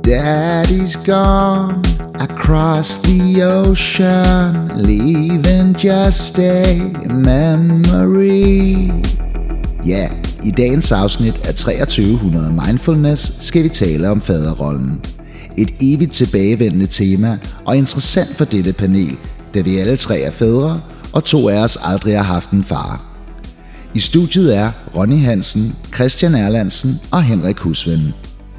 Daddy's gone across the ocean, leaving just a memory. Ja, i dagens afsnit af 2300 Mindfulness skal vi tale om faderrollen. Et evigt tilbagevendende tema og interessant for dette panel, da vi alle tre er fædre, og to af os aldrig har haft en far. I studiet er Ronny Hansen, Christian Erlandsen og Henrik Husven.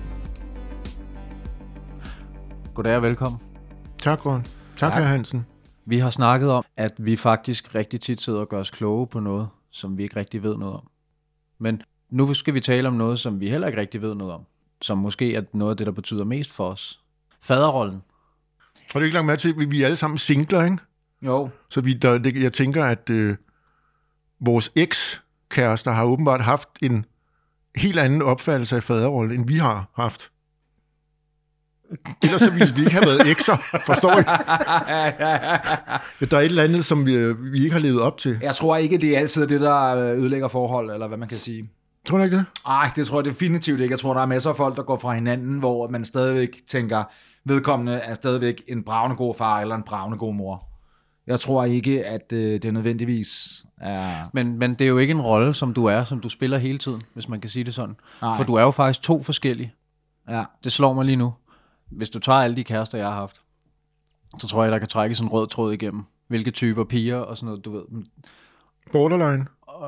Goddag og velkommen. Tak, Ron. Tak, hr. Hansen. Vi har snakket om, at vi faktisk rigtig tit sidder og gør os kloge på noget, som vi ikke rigtig ved noget om. Men nu skal vi tale om noget, som vi heller ikke rigtig ved noget om. Som måske er noget af det, der betyder mest for os. Faderrollen. Og det er ikke langt med til, at vi er alle sammen singler, ikke? Jo. Så jeg tænker, at vores ekskærester har åbenbart haft en helt anden opfattelse af faderrollen, end vi har haft. Ellers så ville vi ikke have været ekser, forstår I? Der er et eller andet, som vi ikke har levet op til. Jeg tror ikke, det er altid det, der ødelægger forhold, eller hvad man kan sige. Tror du ikke det? Nej, det tror jeg definitivt ikke. Jeg tror, der er masser af folk, der går fra hinanden, hvor man stadigvæk tænker, vedkommende er stadigvæk en bravende god far eller en bravende god mor. Jeg tror ikke, at det nødvendigvis er... Men det er jo ikke en rolle, som du spiller hele tiden, hvis man kan sige det sådan. Nej. For du er jo faktisk to forskellige. Ja. Det slår mig lige nu. Hvis du tager alle de kærester, jeg har haft, så tror jeg, der kan trække sådan en rød tråd igennem. Hvilke typer piger og sådan noget, du ved. Borderline.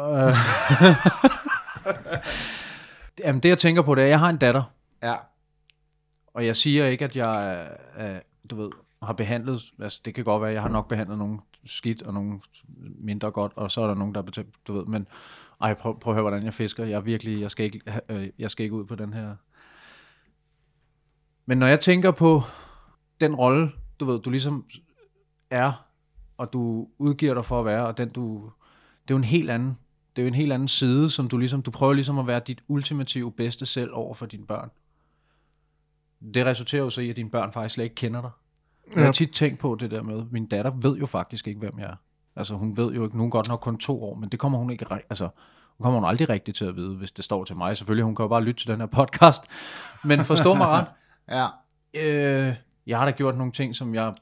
Jamen det jeg tænker på, det er, at jeg har en datter. Ja. Og jeg siger ikke, at jeg har behandlet, altså det kan godt være, at jeg har nok behandlet nogle skidt og nogle mindre godt, og så er der nogen, der er du ved, men prøv at høre, hvordan jeg fisker. Jeg skal ikke ud på den her. Men når jeg tænker på den rolle, du ligesom er, og du udgiver dig for at være, og det er jo en helt anden, det er jo en helt anden side, som du prøver ligesom at være dit ultimative bedste selv over for dine børn. Det resulterer jo så i, at dine børn faktisk slet ikke kender dig. Jeg har tit tænkt på det der med, min datter ved jo faktisk ikke, hvem jeg er. Altså hun ved jo ikke, nu er godt nok kun 2 år, men det kommer hun ikke, altså hun kommer hun aldrig rigtigt til at vide, hvis det står til mig. Selvfølgelig, hun kan jo bare lytte til den her podcast, men forstå mig ret. Ja. Jeg har da gjort nogle ting, som jeg,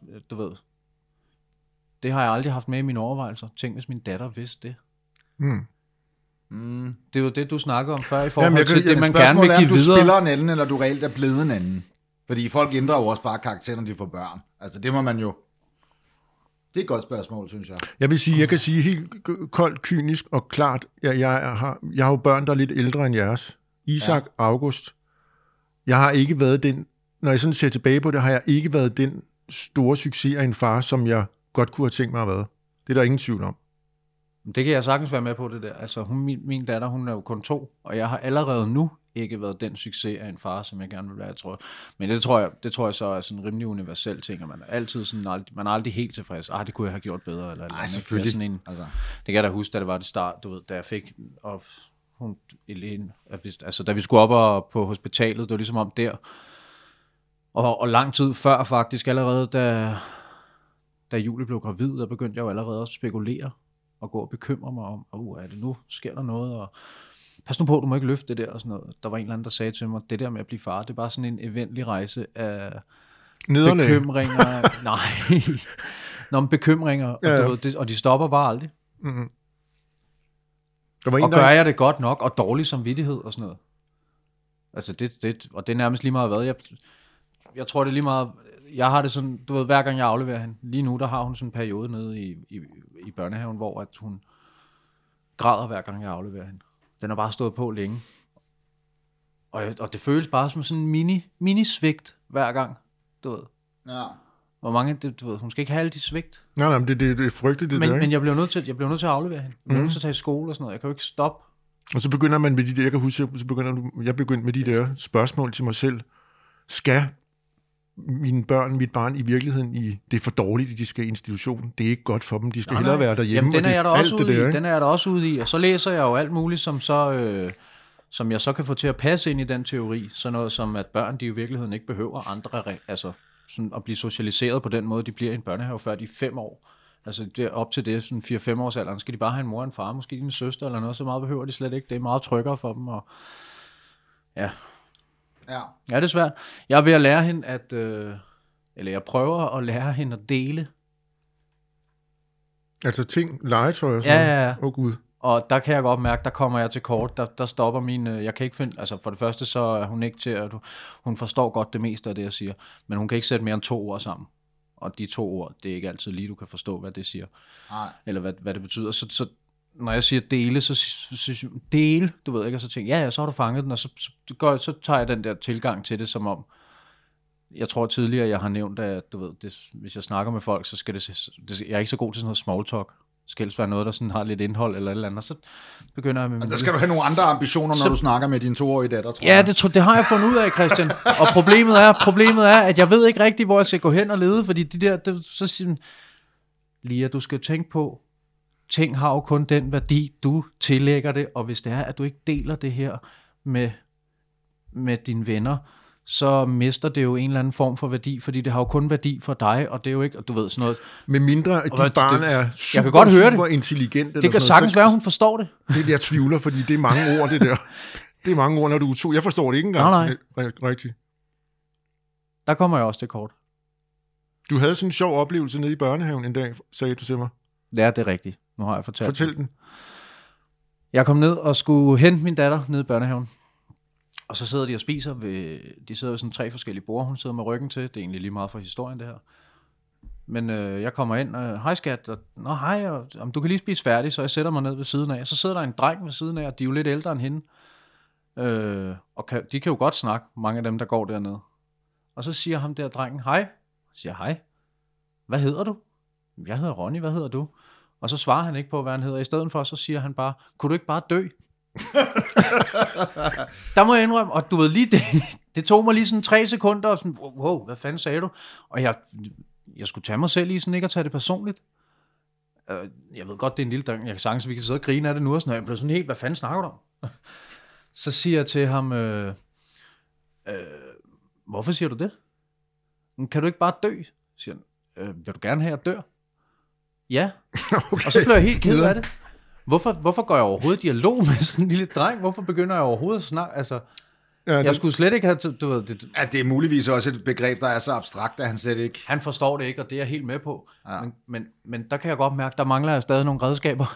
det har jeg aldrig haft med i mine overvejelser. Tænk, hvis min datter vidste det. Det er jo det, du snakker om før i forhold til det, man gerne vil give videre. Du spiller en anden, eller du reelt er blevet en anden. Fordi folk ændrer jo også bare karakter, når de får børn. Altså det må man jo... Det er et godt spørgsmål, synes jeg. Jeg kan sige helt koldt, kynisk og klart, jeg har jo børn, der er lidt ældre end jeres. Isak og August. Jeg har ikke været den, når jeg sådan ser tilbage på det, har jeg ikke været den store succes af en far, som jeg godt kunne have tænkt mig at være. Det er der ingen tvivl om. Det kan jeg sagtens være med på, det der. Altså, min datter, hun er jo kun 2, og jeg har allerede nu ikke været den succes af en far, som jeg gerne vil være, jeg tror. Men det tror jeg så er sådan en rimelig universel ting, at man er altid sådan, man er aldrig helt tilfreds. Det kunne jeg have gjort bedre. Eller nej, selvfølgelig. Sådan en, altså. Det kan jeg da huske, da det var det start, du ved, da jeg fik, og hun, Elene, altså da vi skulle op på hospitalet, det var ligesom om der, og lang tid før faktisk, allerede da Julie blev gravid, der begyndte jeg jo allerede at spekulere, og gå og bekymre mig om, er det nu, sker der noget, og pas nu på, du må ikke løfte det der, og sådan noget. Der var en eller anden, der sagde til mig, det der med at blive far, det er bare sådan en eventlig rejse af nederlag. Bekymringer. Nej. Nå, men bekymringer, og de stopper bare aldrig. Mm-hmm. Og gør jeg det godt nok, og dårlig samvittighed og sådan noget. Altså og det er nærmest lige meget hvad. Jeg tror, det er lige meget... Jeg har det sådan, du ved, hver gang jeg afleverer hende. Lige nu, der har hun sådan en periode nede i børnehaven, hvor at hun græder hver gang jeg afleverer hende. Den har bare stået på længe. Og det føles bare som sådan en mini-svigt hver gang, du ved. Ja. Hvor mange, du ved, hun skal ikke have alle de svigt. Nej, men det er frygteligt, det der. Men jeg bliver nødt til at aflevere hende. Jeg bliver nødt til at tage i skole og sådan noget. Jeg kan jo ikke stoppe. Og så begynder man med de der, jeg kan huske, jeg begyndte med de der spørgsmål til mig selv. Skal mit barn i virkeligheden det er for dårligt, at de skal i institution. Det er ikke godt for dem. De skal hellere være derhjemme. Jamen, den er jeg da også ude i. Og så læser jeg jo alt muligt, som jeg så kan få til at passe ind i den teori. Sådan noget som, at børn, de i virkeligheden ikke behøver andre, altså sådan at blive socialiseret på den måde, de bliver i en børnehave, før de er 5 år. Altså det op til det, sådan 4-5 års alderen, skal de bare have en mor og en far, måske en søster eller noget, så meget behøver de slet ikke. Det er meget tryggere for dem. Og ja. Ja. Ja, det er svært. Jeg er ved at lære hende at... eller jeg prøver at lære hende at dele. Altså ting, legetøj og sådan noget? Ja. Åh gud. Og der kan jeg godt mærke, der kommer jeg til kort. Der stopper min... Jeg kan ikke finde... Altså for det første, så er hun ikke til at... Hun forstår godt det meste af det, jeg siger. Men hun kan ikke sætte mere end 2 ord sammen. Og de 2 ord, det er ikke altid lige, du kan forstå, hvad det siger. Nej. Eller hvad det betyder. Så når jeg siger dele, så dele, du ved ikke, og så tænker jeg, ja, så har du fanget den, og så tager jeg den der tilgang til det, som om, jeg tror tidligere, jeg har nævnt, at du ved, hvis jeg snakker med folk, så skal jeg er ikke så god til sådan noget small talk. Det skal helst være noget, der sådan har lidt indhold eller et eller andet, og så begynder jeg med... Og der skal du have nogle andre ambitioner, når du snakker med din 2-årige datter, tror ja, jeg. det har jeg fundet ud af, Christian. Og problemet er, at jeg ved ikke rigtigt, hvor jeg skal gå hen og lede, fordi så siger Lia, du skal tænke på, ting har jo kun den værdi, du tillægger det, og hvis det er, at du ikke deler det her med dine venner, så mister det jo en eller anden form for værdi, fordi det har jo kun værdi for dig, og det er jo ikke, og du ved sådan noget... Med mindre, at dit barn er super intelligent. Det kan sagtens være, hun forstår det. Det jeg tvivler, fordi det er mange ord, det der. Det er mange ord, når du er 2. Jeg forstår det ikke engang. Nej. Rigtigt. Der kommer jeg også til kort. Du havde sådan en sjov oplevelse nede i børnehaven en dag, sagde du til mig. Ja, det er rigtigt. Nu har jeg fortalt. Fortæl den. Jeg kom ned og skulle hente min datter nede i børnehaven. Og så sidder de og spiser de sidder jo sådan 3 forskellige borde, hun sidder med ryggen til. Det er egentlig lige meget for historien, det her. Men jeg kommer ind, hej skat, og hej, du kan lige spise færdig, så jeg sætter mig ned ved siden af. Så sidder der en dreng ved siden af, og de er jo lidt ældre end hende. Og de kan jo godt snakke, mange af dem, der går dernede. Og så siger ham der drengen, hej. Så siger hej. Hvad hedder du? Jeg hedder Ronny, hvad hedder du? Og så svarer han ikke på, hvad han hedder. I stedet for, så siger han bare, kunne du ikke bare dø? Der må jeg indrømme, og du ved lige, det tog mig lige sådan 3 sekunder, og sådan, wow, hvad fanden sagde du? Og jeg skulle tage mig selv i sådan ikke at tage det personligt. Jeg ved godt, det er en lille dreng, jeg kan sagtens, vi kan sidde og grine af det nu, og sådan, jeg blev sådan helt, hvad fanden snakker du om? Så siger jeg til ham, hvorfor siger du det? Kan du ikke bare dø? Siger han, vil du gerne have, at jeg dør? Ja. Okay. Og så blev jeg helt ked af det. Hvorfor går jeg overhovedet dialog med sådan en lille dreng? Hvorfor begynder jeg overhovedet at snakke? Altså, jeg skulle slet ikke have... Du ved, det er muligvis også et begreb, der er så abstrakt, at han slet ikke... Han forstår det ikke, og det er jeg helt med på. Ja. Men der kan jeg godt mærke, der mangler jeg stadig nogle redskaber.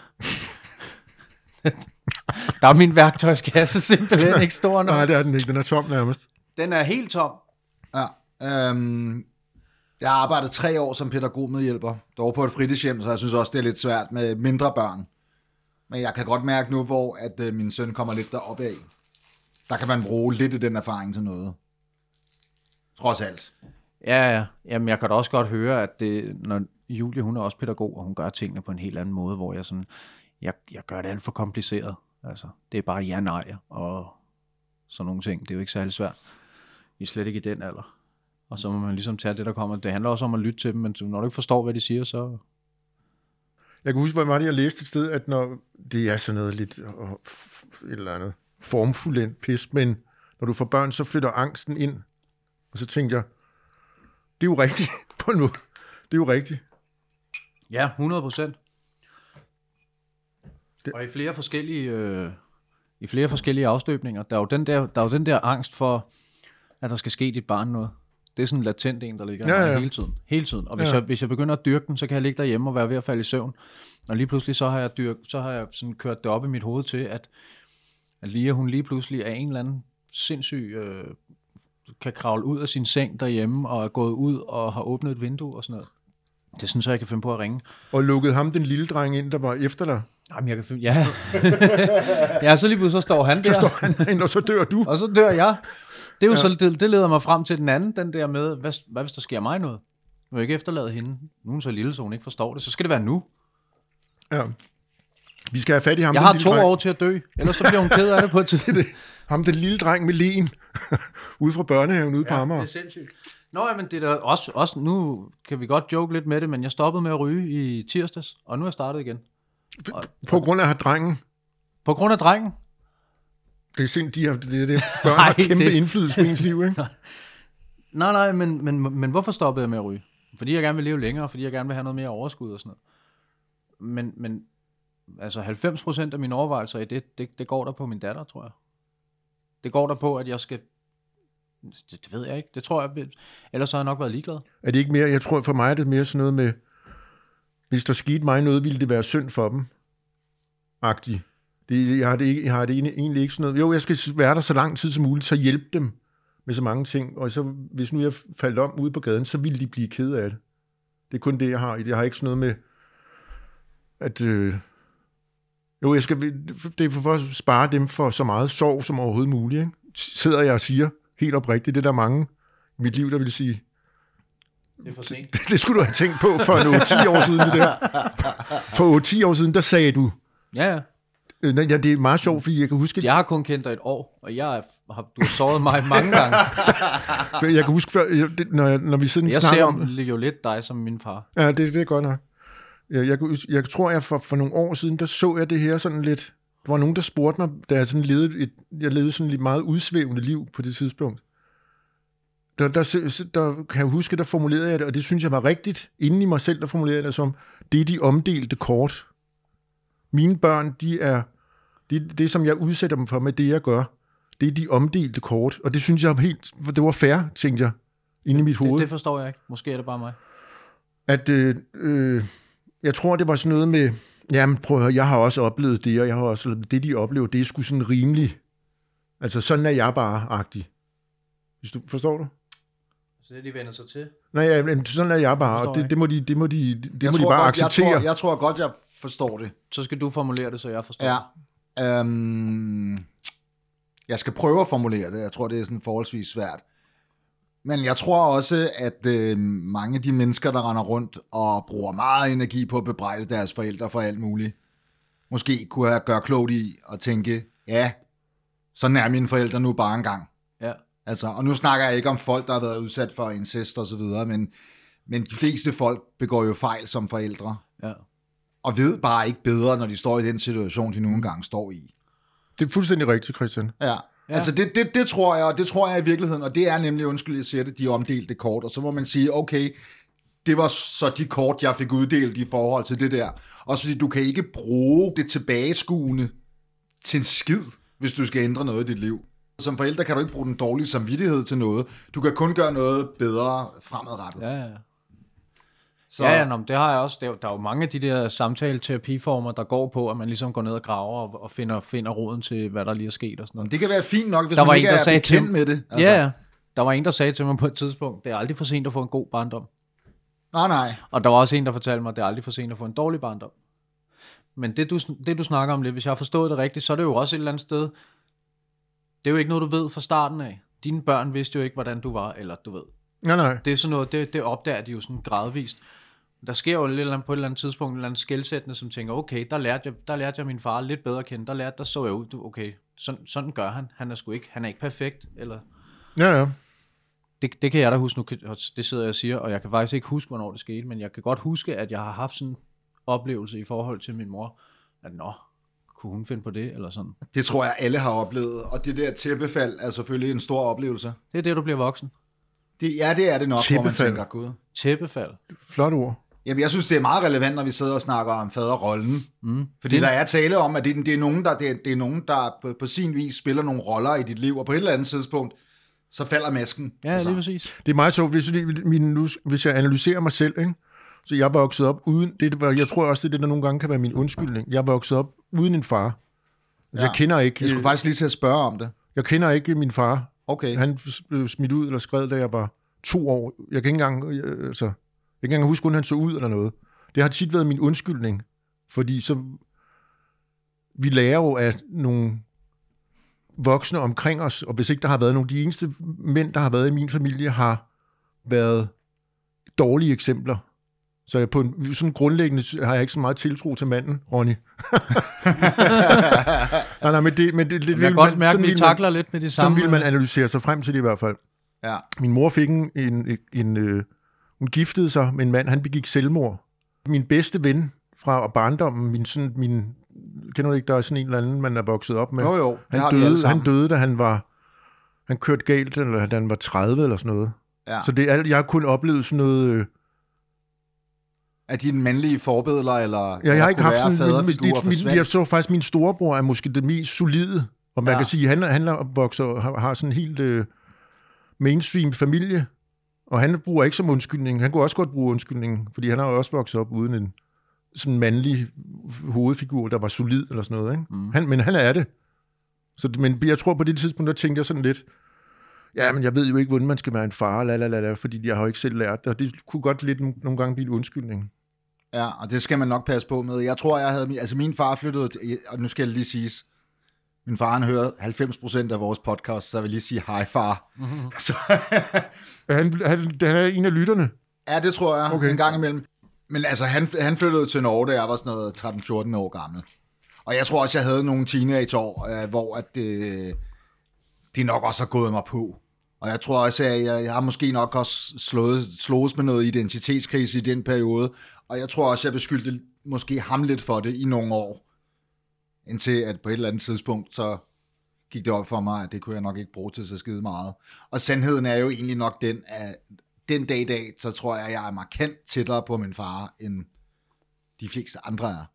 Der er min værktøjskasse simpelthen ikke stor nok. Nej, det er den ikke. Den er tom nærmest. Den er helt tom. Ja. Jeg har arbejdet 3 år som pædagogmedhjælper, dog på et fritidshjem, så jeg synes også, det er lidt svært med mindre børn. Men jeg kan godt mærke nu, hvor at min søn kommer lidt deroppe af. Der kan man bruge lidt af den erfaring til noget. Trods alt. Ja. Jamen, jeg kan da også godt høre, at når Julie, hun er også pædagog, og hun gør tingene på en helt anden måde, hvor jeg sådan, jeg gør det alt for kompliceret. Altså, det er bare ja, nej, og sådan nogle ting. Det er jo ikke særlig svært. Vi er slet ikke i den alder. Og så må man ligesom tage det, der kommer. Det handler også om at lytte til dem, men når du ikke forstår, hvad de siger, så... Jeg kan huske, hvor var det, jeg læste et sted, at når det er sådan noget lidt et eller andet formfuldendt pis, men når du får børn, så flytter angsten ind. Og så tænkte jeg, det er jo rigtigt på en måde. Det er jo rigtigt. Ja, 100%. Og i flere forskellige afstøbninger. Der er jo den der angst for, at der skal ske dit barn noget. Det er sådan en latent en, der ligger hele tiden. Og hvis jeg begynder at dyrke den, så kan jeg ligge derhjemme og være ved at falde i søvn. Og lige pludselig så har jeg sådan kørt det op i mit hoved til, at hun lige pludselig er en eller anden sindssyg, kan kravle ud af sin seng derhjemme og er gået ud og har åbnet et vindue og sådan noget. Det er sådan, så jeg kan finde på at ringe. Og lukkede ham den lille dreng ind, der var efter dig? Jamen, jeg kan finde... Ja. Ja, så lige pludselig så står han der. Så står han derinde, og så dør du. Og så dør jeg. Det er jo så, det leder mig frem til den anden, den der med, hvad hvis der sker mig noget? Jeg vil ikke efterlade hende. Nu er hun så lille, så hun ikke forstår det. Så skal det være nu. Ja. Vi skal have fat i ham. Jeg har 2 år til at dø, ellers så bliver hun ked af det på et tidspunkt. Ham, den lille dreng med len, ude fra børnehaven ude på Amager. Det er sindssygt. Nå, men det er også, nu kan vi godt joke lidt med det, men jeg stoppede med at ryge i tirsdags, og nu er jeg startet igen. På grund af drengen? På grund af drengen. Det er sindssygt, det børn har kæmpe indflydelse på ens liv, ikke? Nej, men hvorfor stoppede jeg med at ryge? Fordi jeg gerne vil leve længere, fordi jeg gerne vil have noget mere overskud og sådan noget. Men altså 90% af mine overvejelser i det går der på min datter, tror jeg. Det går der på, at jeg skal Det ved jeg ikke. Det tror jeg, ellers har jeg nok været ligeglad. Er det ikke mere, jeg tror for mig er det mere sådan noget med, hvis der skete mig noget, ville det være synd for dem. Agtigt. Jeg har det egentlig ikke sådan noget. Jo, jeg skal være der så lang tid som muligt, så hjælpe dem med så mange ting. Og så, hvis nu jeg faldt om ude på gaden, så ville de blive ked af det. Det er kun det, jeg har. Jeg har ikke sådan noget med, at... Jo, det er for at spare dem for så meget sorg som overhovedet muligt. Ikke? Sidder jeg og siger helt oprigtigt, det er der mange i mit liv, der vil sige... Det er for sent. Det skulle du have tænkt på for 8-10 år siden. Det der. For 8-10 år siden, der sagde du... Ja. Ja, det er meget sjovt, fordi jeg kan huske... Jeg har kun kendt dig et år, og du har såret mig mange gange. Jeg kan huske før, når vi sådan snakker om... Jeg ser jo lidt dig som min far. Ja, det er godt nok. Jeg tror, jeg for nogle år siden, der så jeg det her sådan lidt... Der var nogen, der spurgte mig, da jeg sådan levede sådan lidt meget udsvævende liv på det tidspunkt. Der kan jeg huske, der formulerede jeg det, og det synes jeg var rigtigt. Inden i mig selv, der formulerede jeg det som, det er de omdelte kort. Mine børn, det som jeg udsætter dem for med det, jeg gør, det er de omdelte kort. Og det synes jeg det var fair, tænkte jeg, inde i mit hoved. Det forstår jeg ikke. Måske er det bare mig. At jeg tror, det var sådan noget med, jamen prøv at høre, jeg har også oplevet det, og jeg har også det, de oplever, det er sgu sådan rimeligt. Altså sådan er jeg bare-agtig. Hvis du forstår du? Så det de vender sig til? Nej, ja, sådan er jeg bare, og det må de bare acceptere. Jeg tror godt, jeg forstår det. Så skal du formulere det, så jeg forstår det. Jeg skal prøve at formulere det. Jeg tror, det er sådan forholdsvis svært. Men jeg tror også, at mange af de mennesker, der render rundt og bruger meget energi på at bebrejde deres forældre for alt muligt, måske kunne have gøre klogt i at tænke, ja, sådan er mine forældre nu bare engang. Ja. Altså, og nu snakker jeg ikke om folk, der har været udsat for incest og så videre, men de fleste folk begår jo fejl som forældre. Ja. Og ved bare ikke bedre, når de står i den situation, de nogle gange står i. Det er fuldstændig rigtigt, Christian. Ja. Altså det tror jeg, og det tror jeg i virkeligheden, og det er nemlig, undskyld, jeg siger det, de omdelte kort, og så må man sige, okay, det var så de kort, jeg fik uddelt i forhold til det der. Og så du kan ikke bruge det tilbageskuende til en skid, hvis du skal ændre noget i dit liv. Som forælder kan du ikke bruge den dårlige samvittighed til noget. Du kan kun gøre noget bedre fremadrettet. Ja. Så... Ja, det har jeg også. Der er jo mange af de der samtale-terapiformer, der går på, at man ligesom går ned og graver og finder roden til, hvad der lige er sket og sådan noget. Det kan være fint nok, hvis man ikke er bekendt med det. Altså. Ja, der var en, der sagde til mig på et tidspunkt, det er aldrig for sent at få en god barndom. Nej. Og der var også en, der fortalte mig, at det er aldrig for sent at få en dårlig barndom. Men det du snakker om lidt, hvis jeg har forstået det rigtigt, så er det jo også et eller andet sted, det er jo ikke noget, du ved fra starten af. Dine børn vidste jo ikke, hvordan du var, eller du ved. Nej. Det er sådan noget, det opdager de jo sådan gradvist. Der sker jo på et eller andet tidspunkt en eller anden skelsættende, som tænker, okay, der lærte jeg min far lidt bedre at kende. Der så jeg ud, okay, sådan gør han. Han er ikke perfekt, eller... Ja. Det kan jeg da huske nu, det sidder jeg og siger, og jeg kan faktisk ikke huske, hvornår det skete, men jeg kan godt huske, at jeg har haft sådan en oplevelse i forhold til min mor, at kunne hun finde på det, eller sådan. Det tror jeg, alle har oplevet, og det der tæppefald er selvfølgelig en stor oplevelse. Det er det, du bliver voksen. Det er det nok, tæppefald. Hvor man tænker, gud. Tæppefald. Flot ord. Jamen, jeg synes, det er meget relevant, når vi sidder og snakker om faderrollen. Fordi der er tale om, at det er nogen, der på sin vis spiller nogle roller i dit liv, og på et eller andet tidspunkt, så falder masken. Ja, lige præcis. Det er meget så, hvis jeg analyserer mig selv, ikke? Så jeg voksede op uden, jeg tror også, det er det, der nogle gange kan være min undskyldning. Jeg voksede op uden en far. Altså, jeg kender ikke... Jeg skulle faktisk lige til at spørge om det. Jeg kender ikke min far. Okay. Han blev smidt ud eller skrevet, da jeg var 2 år. Jeg kan ikke engang huske, hvordan han så ud eller noget. Det har tit været min undskyldning. Fordi så... Vi lærer jo, at nogle voksne omkring os, og hvis ikke der har været nogen, de eneste mænd, der har været i min familie, har været dårlige eksempler. Så jeg sådan grundlæggende har jeg ikke så meget tiltro til manden, Ronny. nej, men det jeg kan godt mærke, at vi takler lidt med det samme. Sådan vil man analysere sig frem til det i hvert fald. Ja. Min mor fik hun giftede sig med en mand, han begik selvmord. Min bedste ven fra barndommen, kender du ikke, der er sådan en eller anden, man er vokset op med? Jo, han døde, da han kørte galt, eller da han var 30 eller sådan noget. Ja. Så jeg har kun oplevet sådan noget... Er de en mandlige forbilleder, eller jeg har ikke haft sådan jeg så faktisk, min storebror er måske det mest solide, og man kan sige, han har vokset har sådan helt... mainstream familie, og han bruger ikke som undskyldning. Han kunne også godt bruge undskyldningen, fordi han har jo også vokset op uden en sådan mandlig hovedfigur, der var solid eller sådan noget. Ikke? Men han er det. Men jeg tror på det tidspunkt, der tænkte jeg sådan lidt, ja, men jeg ved jo ikke, hvordan man skal være en far, fordi jeg har jo ikke selv lært det, og det kunne godt lidt nogle gange blive en undskyldning. Ja, og det skal man nok passe på med. Jeg tror, jeg havde... Altså, min far flyttede... Og nu skal jeg lige siges... Min far, han hører 90% af vores podcast, så jeg vil lige sige hej, far. Mm-hmm. Så, han er en af lytterne? Ja, det tror jeg. Okay. En gang imellem. Men altså, han flyttede til Norge, da jeg var sådan noget 13-14 år gammel. Og jeg tror også, jeg havde nogle teenageår, hvor at, de nok også har gået mig på. Og jeg tror også, at jeg har måske nok også slået med noget identitetskrise i den periode. Og jeg tror også, jeg beskyldte måske ham lidt for det i nogle år. Indtil at på et eller andet tidspunkt, så gik det op for mig, at det kunne jeg nok ikke bruge til så skide meget. Og sandheden er jo egentlig nok den, at den dag i dag, så tror jeg er markant tættere på min far, end de fleste andre er.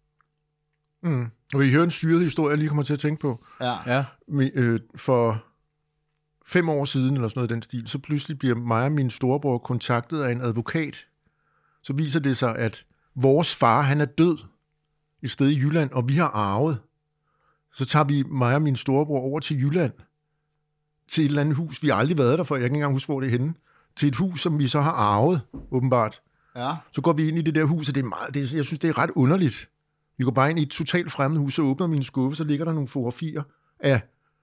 Og I hører en syret historie, jeg lige kommer til at tænke på. Ja. For 5 år siden, eller sådan noget i den stil, så pludselig bliver mig og min storebror kontaktet af en advokat. Så viser det sig, at vores far, han er død et sted i Jylland, og vi har arvet. Så tager vi mig og min storebror over til Jylland, til et eller andet hus. Vi har aldrig været der før, jeg kan ikke engang huske, hvor det er henne. Til et hus, som vi så har arvet, åbenbart. Ja. Så går vi ind i det der hus, og jeg synes, det er ret underligt. Vi går bare ind i et totalt fremmed hus, og åbner min skuffe, så ligger der nogle fotografier af,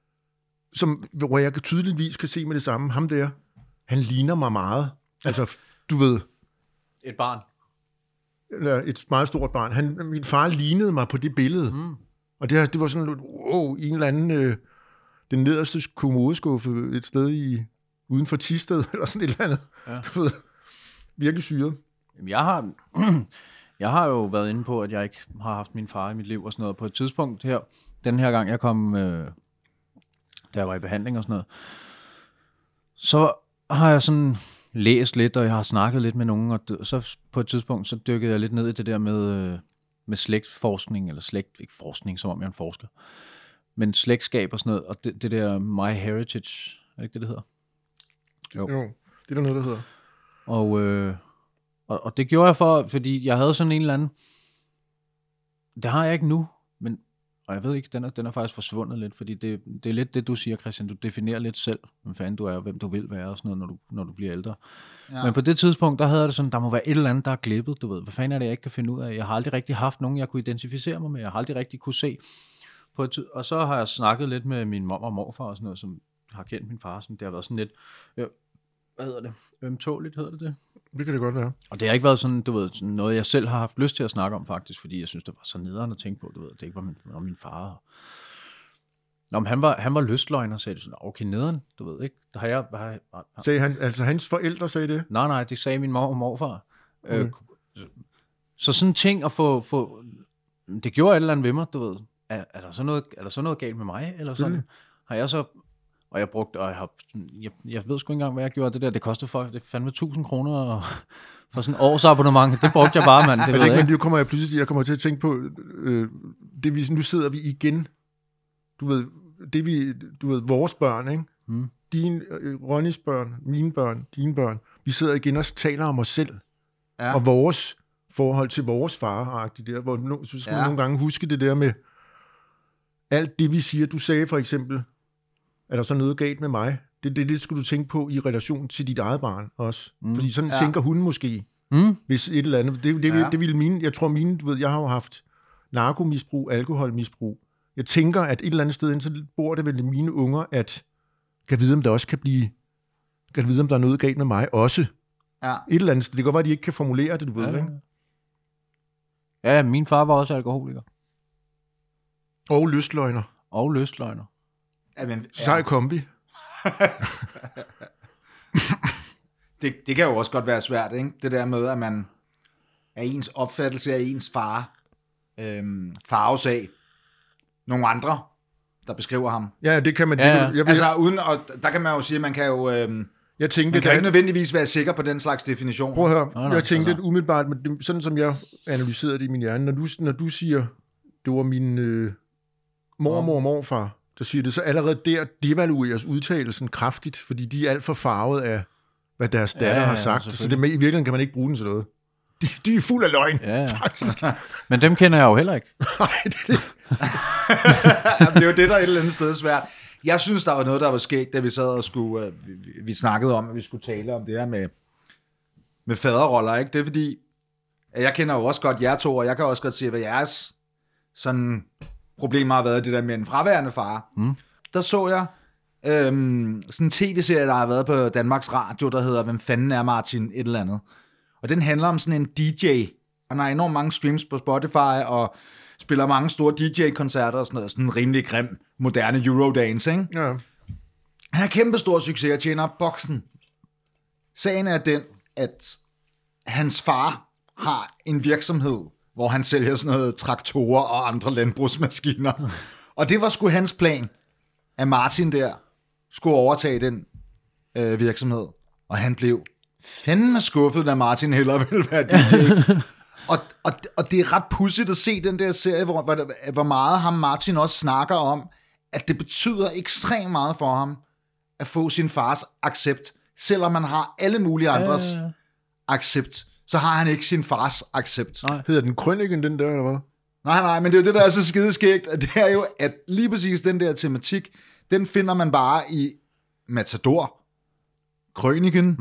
hvor jeg tydeligvis kan se med det samme. Ham der, han ligner mig meget. Altså, du ved... Et barn. Eller et meget stort barn. Min far lignede mig på det billede. Og det var sådan en eller anden... den nederste kommodeskuffe et sted uden for Thisted, eller sådan et eller andet. Ja. Du ved, virkelig syret. Jamen, jeg har jo været inde på, at jeg ikke har haft min far i mit liv og sådan noget. På et tidspunkt her, den her gang jeg kom, da jeg var i behandling og sådan noget, så har jeg sådan læst lidt, og jeg har snakket lidt med nogen, og så på et tidspunkt, så dykkede jeg lidt ned i det der med slægtsforskning, eller ikke forskning, som om jeg er en forsker, men slægtskab og sådan noget, og det der MyHeritage, er det ikke det hedder? Jo, det er der noget, der hedder. Og det gjorde jeg fordi jeg havde sådan en eller anden, det har jeg ikke nu, og jeg ved ikke, den er faktisk forsvundet lidt, fordi det er lidt det, du siger, Christian, du definerer lidt selv, hvem fanden du er, og hvem du vil være, og sådan noget, når du bliver ældre. Ja. Men på det tidspunkt, der havde jeg det sådan, der må være et eller andet, der er glippet, du ved, hvad fanden er det, jeg ikke kan finde ud af? Jeg har aldrig rigtig haft nogen, jeg kunne identificere mig med, jeg har aldrig rigtig kunne se. Og så har jeg snakket lidt med min mor og morfar og sådan noget, som har kendt min far, sådan, det har været sådan lidt, hvad hedder det? Ømtåligt hedder det? Det kan det godt være. Og det har ikke været sådan, du ved, sådan noget, jeg selv har haft lyst til at snakke om faktisk, fordi jeg synes, det var så nederen at tænke på, du ved, det ikke var min far. Nå, men han var lystløgner, sagde det sådan, okay, nederen, du ved ikke. Sagde han, altså hans forældre sagde det? Nej, det sagde min mor og morfar. Okay. Så sådan ting at få, det gjorde et eller andet ved mig, du ved. Er der så noget galt med mig, eller sådan? Har jeg så... Og jeg ved sgu ikke engang, hvad jeg gjorde det der. Det kostede det fandme 1.000 kroner for sådan en årsabonnement. Det brugte jeg bare, mand. Men det kommer jeg pludselig til. Jeg kommer til at tænke på, nu sidder vi igen. Du ved, vores børn, ikke? Ronnys børn, mine børn, dine børn. Vi sidder igen og taler om os selv. Ja. Og vores forhold til vores far-agtigt der. Hvor så skal man nogle gange huske det der med alt det, vi siger. Du sagde for eksempel, er der så noget galt med mig? Det skal du tænke på i relation til dit eget barn også. Fordi sådan tænker hun måske, hvis et eller andet. Det vil mine, jeg tror du ved, jeg har jo haft narkomisbrug, alkoholmisbrug. Jeg tænker, at et eller andet sted, så bor det vel i mine unger, at kan vide, om der også kan vide, om der er noget galt med mig også. Ja. Et eller andet sted. Det kan godt være, at de ikke kan formulere det, du ved, ikke? Ja, min far var også alkoholiker. Og lystløgner. Jamen, Sej kombi. det kan jo også godt være svært, ikke? Det der med, at man er ens opfattelse af ens far farves af nogle andre, der beskriver ham. Ja, det kan man. Der kan man jo sige, at man kan jo... man kan ikke nødvendigvis være sikker på den slags definition. Prøv at høre, jeg tænkte lidt umiddelbart, men sådan som jeg analyserede det i min hjerne, når du siger, det var min mormor og morfar, der siger det, så allerede der devalueres udtalelsen kraftigt, fordi de er alt for farvet af, hvad deres datter har sagt. Så det, i virkeligheden kan man ikke bruge den til noget. De er fuld af løgn, faktisk. Men dem kender jeg jo heller ikke. Nej, det er det. Det er jo det, der er et eller andet sted svært. Jeg synes, der var noget, der var skægt, da vi sad og skulle... Vi snakkede om, at vi skulle tale om det her med faderroller, ikke? Det er fordi, jeg kender jo også godt jer to, og jeg kan også godt se, hvad jeres sådan problemer har været, det der med en fraværende far. Der så jeg sådan en tv-serie, der har været på Danmarks Radio, der hedder Hvem fanden er Martin? Et eller andet. Og den handler om sådan en DJ. Han har enormt mange streams på Spotify, og spiller mange store DJ-koncerter og sådan noget. Sådan en rimelig grim, moderne Eurodance, ikke? Ja. Han har kæmpe stor succes og tjener boksen. Sagen er den, at hans far har en virksomhed, hvor han sælger sådan noget traktorer og andre landbrugsmaskiner. Og det var sgu hans plan, at Martin der skulle overtage den virksomhed. Og han blev fandme skuffet, da Martin hellere ville være DJ. Og det er ret pudsigt at se den der serie, hvor meget ham Martin også snakker om, at det betyder ekstremt meget for ham at få sin fars accept. Selvom man har alle mulige andres accept, så har han ikke sin fars accept. Nej. Hedder den Krøniken, den der, eller hvad? Nej, men det er jo det, der er så skideskægt. Det er jo, at lige præcis den der tematik, den finder man bare i Matador, Krøniken,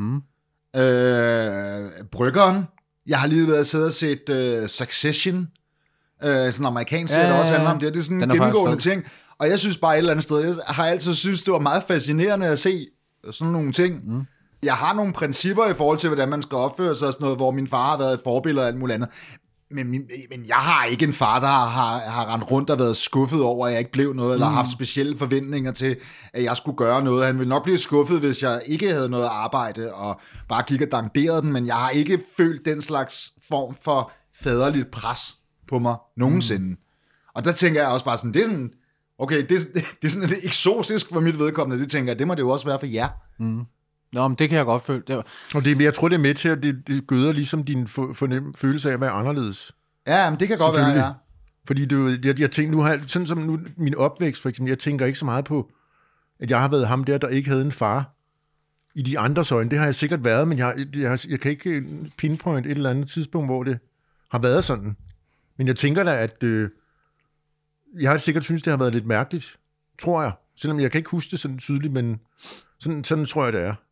Bryggeren. Jeg har lige været siddet og set Succession, sådan en amerikansk serie, der også handler om det. Det er sådan en gennemgående ting. Og jeg synes bare et eller andet sted, jeg har altid synes, det var meget fascinerende at se sådan nogle ting. Jeg har nogle principper i forhold til, hvordan man skal opføre sig og sådan noget, hvor min far har været et forbillede og alt muligt andet. Men jeg har ikke en far, der har rendt rundt og været skuffet over, at jeg ikke blev noget, eller haft specielle forventninger til, at jeg skulle gøre noget. Han ville nok blive skuffet, hvis jeg ikke havde noget arbejde, og bare gik og danderede den, men jeg har ikke følt den slags form for faderligt pres på mig nogensinde. Og der tænker jeg også bare sådan, det er sådan, okay, det er sådan lidt eksotisk for mit vedkommende, det tænker jeg, det må det jo også være for jer. Nå, men det kan jeg godt føle. Og jeg tror, det er med til, at det gøder ligesom din følelse af at være anderledes. Ja, men det kan godt være, ja. Fordi jeg tænker, nu har sådan som nu min opvækst for eksempel, jeg tænker ikke så meget på, at jeg har været ham der ikke havde en far. I de andres øjne, det har jeg sikkert været, men jeg kan ikke pinpoint et eller andet tidspunkt, hvor det har været sådan. Men jeg tænker da, at jeg har sikkert synes, det har været lidt mærkeligt, tror jeg. Selvom jeg kan ikke huske det sådan tydeligt, men sådan tror jeg, det er.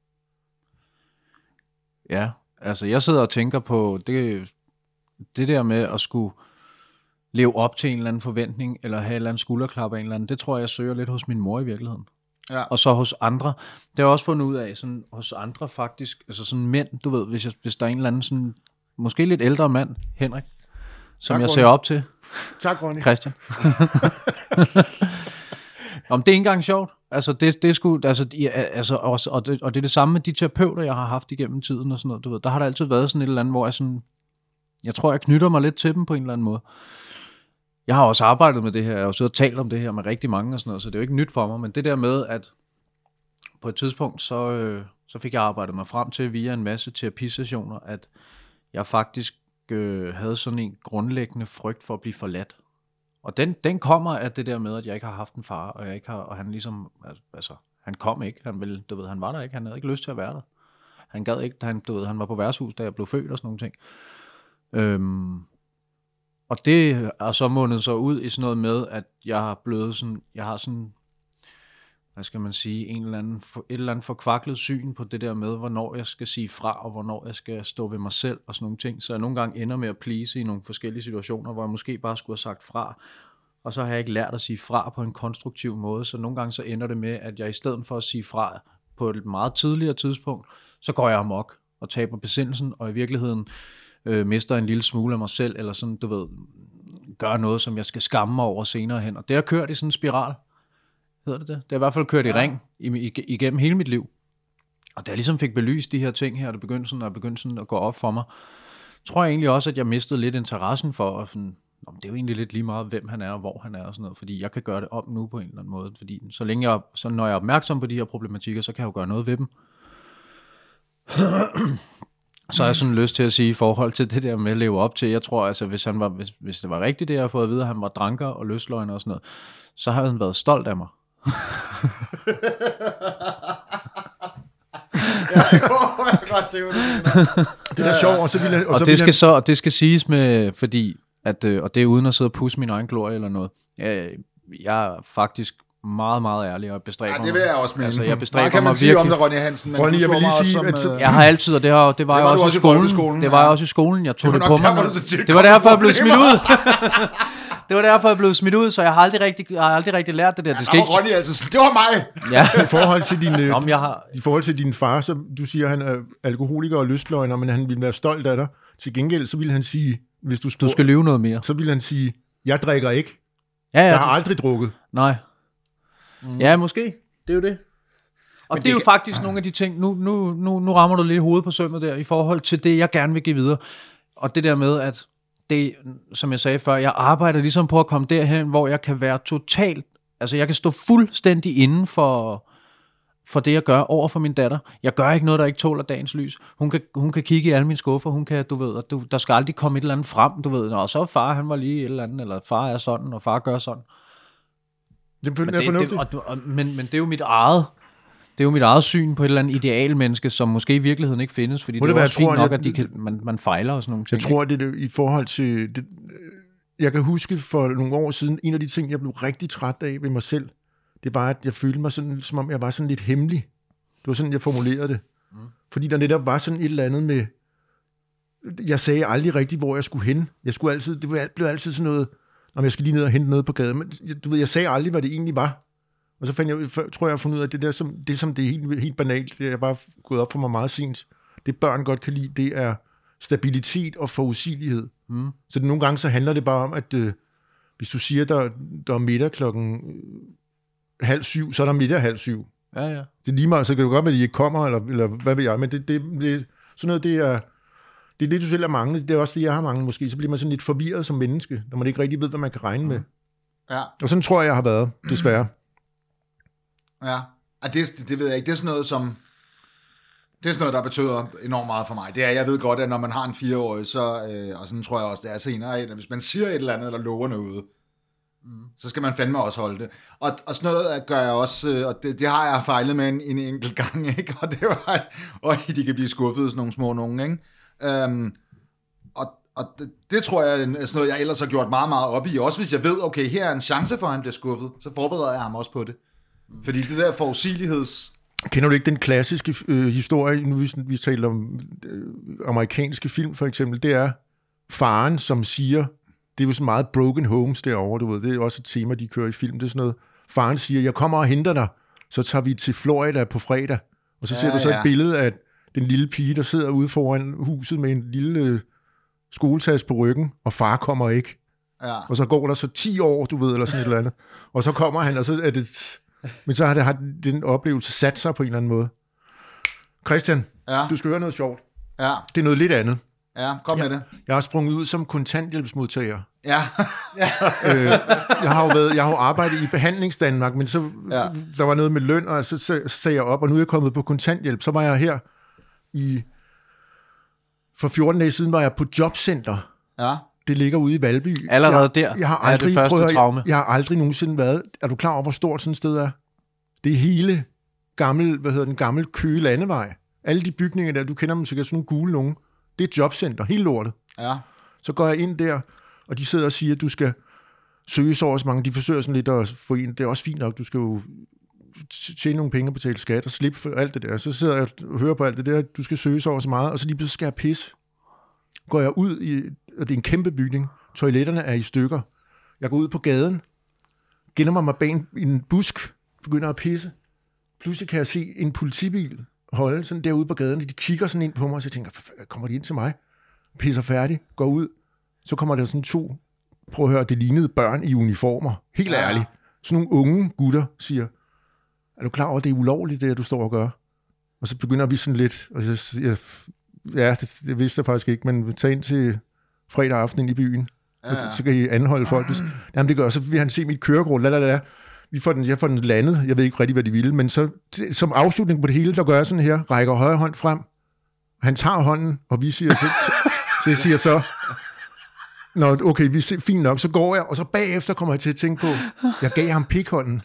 Ja, altså jeg sidder og tænker på det der med at skulle leve op til en eller anden forventning, eller have en eller anden skulderklap af en eller anden, det tror jeg søger lidt hos min mor i virkeligheden. Ja. Og så hos andre, det har jeg også fundet ud af, sådan hos andre faktisk, altså sådan mænd, du ved, hvis der er en eller anden sådan, måske lidt ældre mand, Henrik, som jeg ser op til. Tak, Ronny. Christian. Om det er ikke engang sjovt. Altså det er sgu, altså også, og det er det samme med de terapeuter, jeg har haft igennem tiden og sådan noget, du ved. Der har der altid været sådan et eller andet, hvor jeg tror, jeg knytter mig lidt til dem på en eller anden måde. Jeg har også arbejdet med det her, jeg har jo siddet og talt om det her med rigtig mange og sådan noget, så det er jo ikke nyt for mig, men det der med, at på et tidspunkt, så fik jeg arbejdet mig frem til via en masse terapisessioner, at jeg faktisk havde sådan en grundlæggende frygt for at blive forladt. Og den kommer af det der med, at jeg ikke har haft en far, og jeg ikke har, og han ligesom, altså, han kom ikke, han var der ikke, han havde ikke lyst til at være der. Han gad ikke, han var på værtshus, da jeg blev født og sådan nogle ting. Og det er så mundet så ud i sådan noget med, at jeg har sådan, hvad skal man sige, et eller andet forkvaklet syn på det der med, hvornår jeg skal sige fra, og hvornår jeg skal stå ved mig selv, og sådan nogle ting. Så jeg nogle gange ender med at please i nogle forskellige situationer, hvor jeg måske bare skulle have sagt fra, og så har jeg ikke lært at sige fra på en konstruktiv måde, så nogle gange så ender det med, at jeg i stedet for at sige fra på et meget tidligere tidspunkt, så går jeg amok og taber besindelsen, og i virkeligheden mister en lille smule af mig selv, eller sådan, du ved, gør noget, som jeg skal skamme mig over senere hen. Og det har kørt i sådan en spiral, hedder det. Det har i hvert fald kørt i ring igennem hele mit liv. Og da jeg ligesom fik belyst de her ting her, og det begyndte sådan at gå op for mig, tror jeg egentlig også, at jeg mistede lidt interessen for, at sådan, det er jo egentlig lidt lige meget, hvem han er, og hvor han er, og sådan noget, fordi jeg kan gøre det op nu på en eller anden måde, fordi når jeg er opmærksom på de her problematikker, så kan jeg jo gøre noget ved dem. Så har jeg sådan lyst til at sige i forhold til det der med at leve op til, jeg tror altså, hvis det var rigtigt det, jeg har fået at vide, at han var dranker og løsløgner og sådan noget, så har han været stolt af mig. Det er sjovt, og så vil og det skal siges med, fordi, at, og det er uden at sidde og pusse min egen glorie eller noget. Jeg er faktisk meget, meget ærlig og bestræber mig. Ja, det vil jeg også mene. Altså, jeg bestræber kan man mig sige virkelig om dig, Ronny Hansen, men Ronny, jeg vil lige sige, jeg har altid, og det var jeg også i skolen. Det var jeg også i skolen. Jeg tog det på mig. Det var derfor, jeg blev smidt ud. Det var derfor, jeg blev smidt ud, så jeg har aldrig rigtig lært det der. Det skal ikke... Ronny, altså, det var mig! Ja. I forhold til din far, så du siger, han er alkoholiker og lystløgner, men han ville være stolt af dig. Til gengæld, så ville han sige, hvis du skal lyve noget mere. Så ville han sige, jeg drikker ikke. Ja, jeg har aldrig drukket. Nej. Ja, måske. Det er jo det. Og det er jo faktisk nogle af de ting, nu rammer du lidt i hovedet på sømmet der, i forhold til det, jeg gerne vil give videre. Og det der med, at det, som jeg sagde før, jeg arbejder ligesom på at komme derhen, hvor jeg kan være totalt, altså jeg kan stå fuldstændig inden for det, jeg gør over for min datter. Jeg gør ikke noget, der ikke tåler dagens lys. Hun kan kigge i alle mine skuffer, hun kan, du ved, der skal aldrig komme et eller andet frem, du ved, og så far, han var lige et eller andet, eller far er sådan, og far gør sådan. Det er fornuftigt. Men det er jo mit eget. Det er jo mit eget syn på et eller andet idealmenneske, som måske i virkeligheden ikke findes, fordi det er også fint nok, at man fejler og sådan nogle ting. Jeg tror, det er i forhold til... Det, jeg kan huske for nogle år siden, en af de ting, jeg blev rigtig træt af ved mig selv, det var, at jeg følte mig sådan, som om jeg var sådan lidt hemmelig. Det var sådan, jeg formulerede det. Fordi der netop var sådan et eller andet med... Jeg sagde aldrig rigtigt, hvor jeg skulle hen. Det blev altid sådan noget... Om jeg skal lige ned og hente noget på gaden. Men du ved, jeg sagde aldrig, hvad det egentlig var. Og så tror jeg, jeg fundet ud af, at det som det er helt banalt, det er bare gået op for mig meget sent. Det børn godt kan lide, det er stabilitet og forudsigelighed. Så nogle gange så handler det bare om, at hvis du siger, der er middag 6:30, så er der middag 6:30. Ja. Det er lige meget, så kan det godt være, at de ikke kommer, eller hvad ved jeg. Men det sådan noget, det er det, du selv har manglet. Det er også det, jeg har manglet måske. Så bliver man sådan lidt forvirret som menneske, når man ikke rigtig ved, hvad man kan regne med. Ja. Og sådan tror jeg har været, desværre. Ja, og det ved jeg ikke. Det er sådan noget, der betyder enormt meget for mig. Det er, jeg ved godt, at når man har en 4-årig, så, og sådan tror jeg også, det er senere, at hvis man siger et eller andet, eller lover noget, så skal man fandme også holde det. Og sådan noget gør jeg også, og det har jeg fejlet med en enkelt gang, ikke? Og det var, de kan blive skuffet, sådan nogle små nogen, ikke? Og det tror jeg er sådan noget, jeg ellers har gjort meget, meget op i. Også hvis jeg ved, okay, her er en chance for, at han bliver skuffet, så forbereder jeg ham også på det. Fordi det der forudsigeligheds... Kender du ikke den klassiske historie, nu vi taler om amerikanske film for eksempel, det er faren, som siger, det er jo sådan meget broken homes derovre, du ved, det er også et tema, de kører i film, det er sådan noget, faren siger, jeg kommer og henter dig, så tager vi til Florida på fredag, og så ser du så et billede af den lille pige, der sidder ude foran huset med en lille skoletaske på ryggen, og far kommer ikke. Ja. Og så går der så 10 år, du ved, eller sådan et eller andet, og så kommer han, og så er det... Men så har den oplevelse sat sig på en eller anden måde. Christian, du skal høre noget sjovt. Ja. Det er noget lidt andet. Ja, kom med det. Jeg har sprunget ud som kontanthjælpsmodtager. Ja. Jeg har jo arbejdet i Behandlingsdanmark, men så der var noget med løn, og så sagde jeg op, og nu er jeg kommet på kontanthjælp. Så var jeg her for 14 dage siden var jeg på jobcenter. Ja. Det ligger ude i Valby. Allerede der jeg har aldrig, det første traume. Jeg har aldrig nogensinde været... Er du klar over, hvor stort sådan et sted er? Det er hele gammel Køge Landevej. Alle de bygninger der, du kender dem sikkert, sådan nogle gule nogen. Det er et jobcenter, helt lortet. Ja. Så går jeg ind der, og de sidder og siger, at du skal søge så også mange. De forsøger sådan lidt at få en... Det er også fint nok, du skal jo tjene nogle penge og betale skat og slippe for alt det der. Så sidder jeg og hører på alt det der, du skal søge så også meget, og så lige pludselig skal jeg pisse. Går jeg ud i... Og det er en kæmpe bygning. Toiletterne er i stykker. Jeg går ud på gaden, gemmer mig bag en busk, begynder at pisse. Pludselig kan jeg se en politibil holde sådan derude på gaden. De kigger sådan ind på mig, og så tænker jeg, kommer de ind til mig? Pisser færdig, går ud. Så kommer der sådan 2, prøv at høre, det lignede børn i uniformer. Helt ærligt. Sådan nogle unge gutter siger, er du klar over, at det er ulovligt, det du står og gør? Og så begynder vi sådan lidt, og så siger det vidste jeg faktisk ikke, men tag ind til fredag aften ind i byen, så kan I anholde folk. Jamen det gør, så vil han se mit kørekort, jeg får den landet, jeg ved ikke rigtig, hvad de ville, men så som afslutning på det hele, der gør jeg sådan her, rækker højre hånd frem, han tager hånden, og vi siger så, Nå, okay, fint nok, så går jeg, og så bagefter kommer jeg til at tænke på, jeg gav ham pikhånden.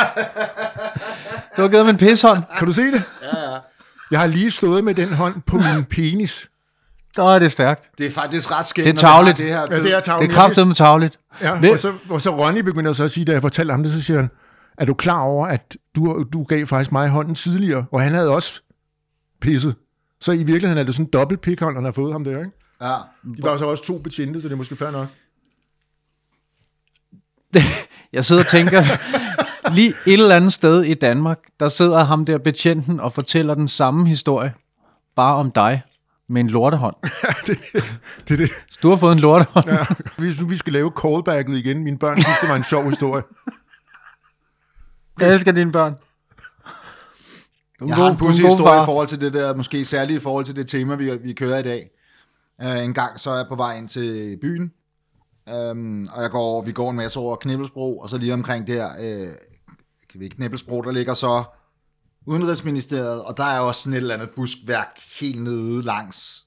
Du har givet mig en pishånd. Kan du se det? Ja. Jeg har lige stået med den hånd på min penis. Så er det stærkt. Det er faktisk ret skægt. Det er tarveligt. Det, her Ja, det er tarveligt. Det er kraftedeme tarveligt. Ja, og så Ronny begynder så at sige, da jeg fortalte ham det, så siger han, er du klar over, at du gav faktisk mig hånden tidligere, og han havde også pisset. Så i virkeligheden er det sådan en dobbelt pikhånd, han har fået ham der, ikke? Ja. De var så også 2 betjente, så det er måske fair nok. Jeg sidder og tænker, lige et eller andet sted i Danmark, der sidder ham der betjenten og fortæller den samme historie, bare om dig, med en lortehånd. det er det. Så du har fået en lortehånd. Ja. Hvis nu vi skal lave callbacket igen, mine børn synes, det var en sjov historie. Jeg elsker dine børn. Jeg har en pudsig historie i forhold til det der, måske særligt i forhold til det tema, vi kører i dag. En gang så er jeg på vej ind til byen, og vi går en masse over Knibbelsbro, og så lige omkring der, Knibbelsbro, der ligger så Udenrigsministeriet, og der er også sådan et eller andet buskværk helt nede langs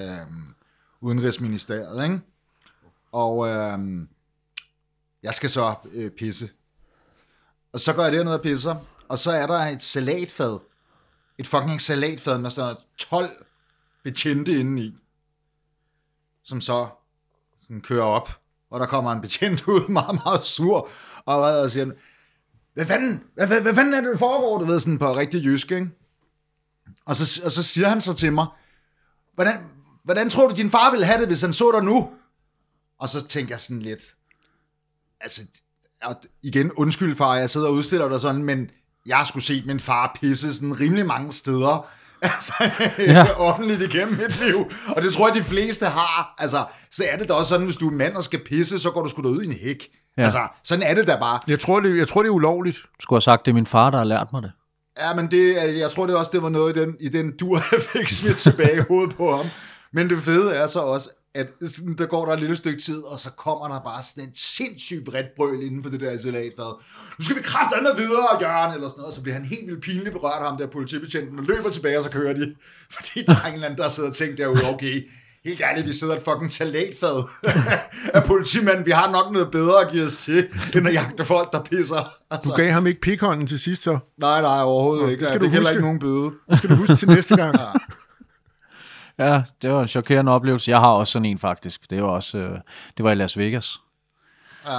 Udenrigsministeriet, ikke? Og jeg skal så pisse. Og så går jeg derned og pisser, og så er der et salatfad. Et fucking salatfad med sådan 12 betjente inde i, som så sådan kører op, og der kommer en betjent ud, meget, meget sur, og siger, hvad fanden er det, der foregår, du ved, sådan på rigtig jysk, ikke? Og så siger han så til mig, hvordan tror du, din far ville have det, hvis han så dig nu? Og så tænker jeg sådan lidt, altså, igen, undskyld far, jeg sidder og udstiller dig sådan, men jeg har sgu set min far pisse sådan rimelig mange steder, altså, offentligt igennem mit liv, og det tror jeg, de fleste har. Altså, så er det da også sådan, hvis du er mand og skal pisse, så går du sgu da ud i en hæk. Ja. Altså, sådan er det da bare. Jeg tror, det er ulovligt. Du skulle have sagt, det er min far, der har lært mig det. Ja, men jeg tror det også, det var noget i den dur, jeg fik smidt tilbage i hovedet på ham. Men det fede er så også, at der går der et lille stykke tid, og så kommer der bare sådan en sindssygt vredt brøl inden for det der salatfad. Nu skal vi kraftedeme videre, Jørgen, eller sådan noget. Og så bliver han helt vildt pinligt berørt af ham der politibetjenten, og løber tilbage, og så kører de. Fordi der er en eller anden, der sidder og tænker derude, okay, helt ærligt, vi sidder et fucking salatfad af politimanden. Vi har nok noget bedre at give os til, end at jagte folk, der pisser. Altså. Du gav ham ikke pikhånden til sidst, så? Nej, overhovedet ikke. Det skal du huske. Heller ikke nogen bøde. Det skal du huske til næste gang. Ja. Ja, det var en chokerende oplevelse. Jeg har også sådan en faktisk. Det var også, det var i Las Vegas. Ja.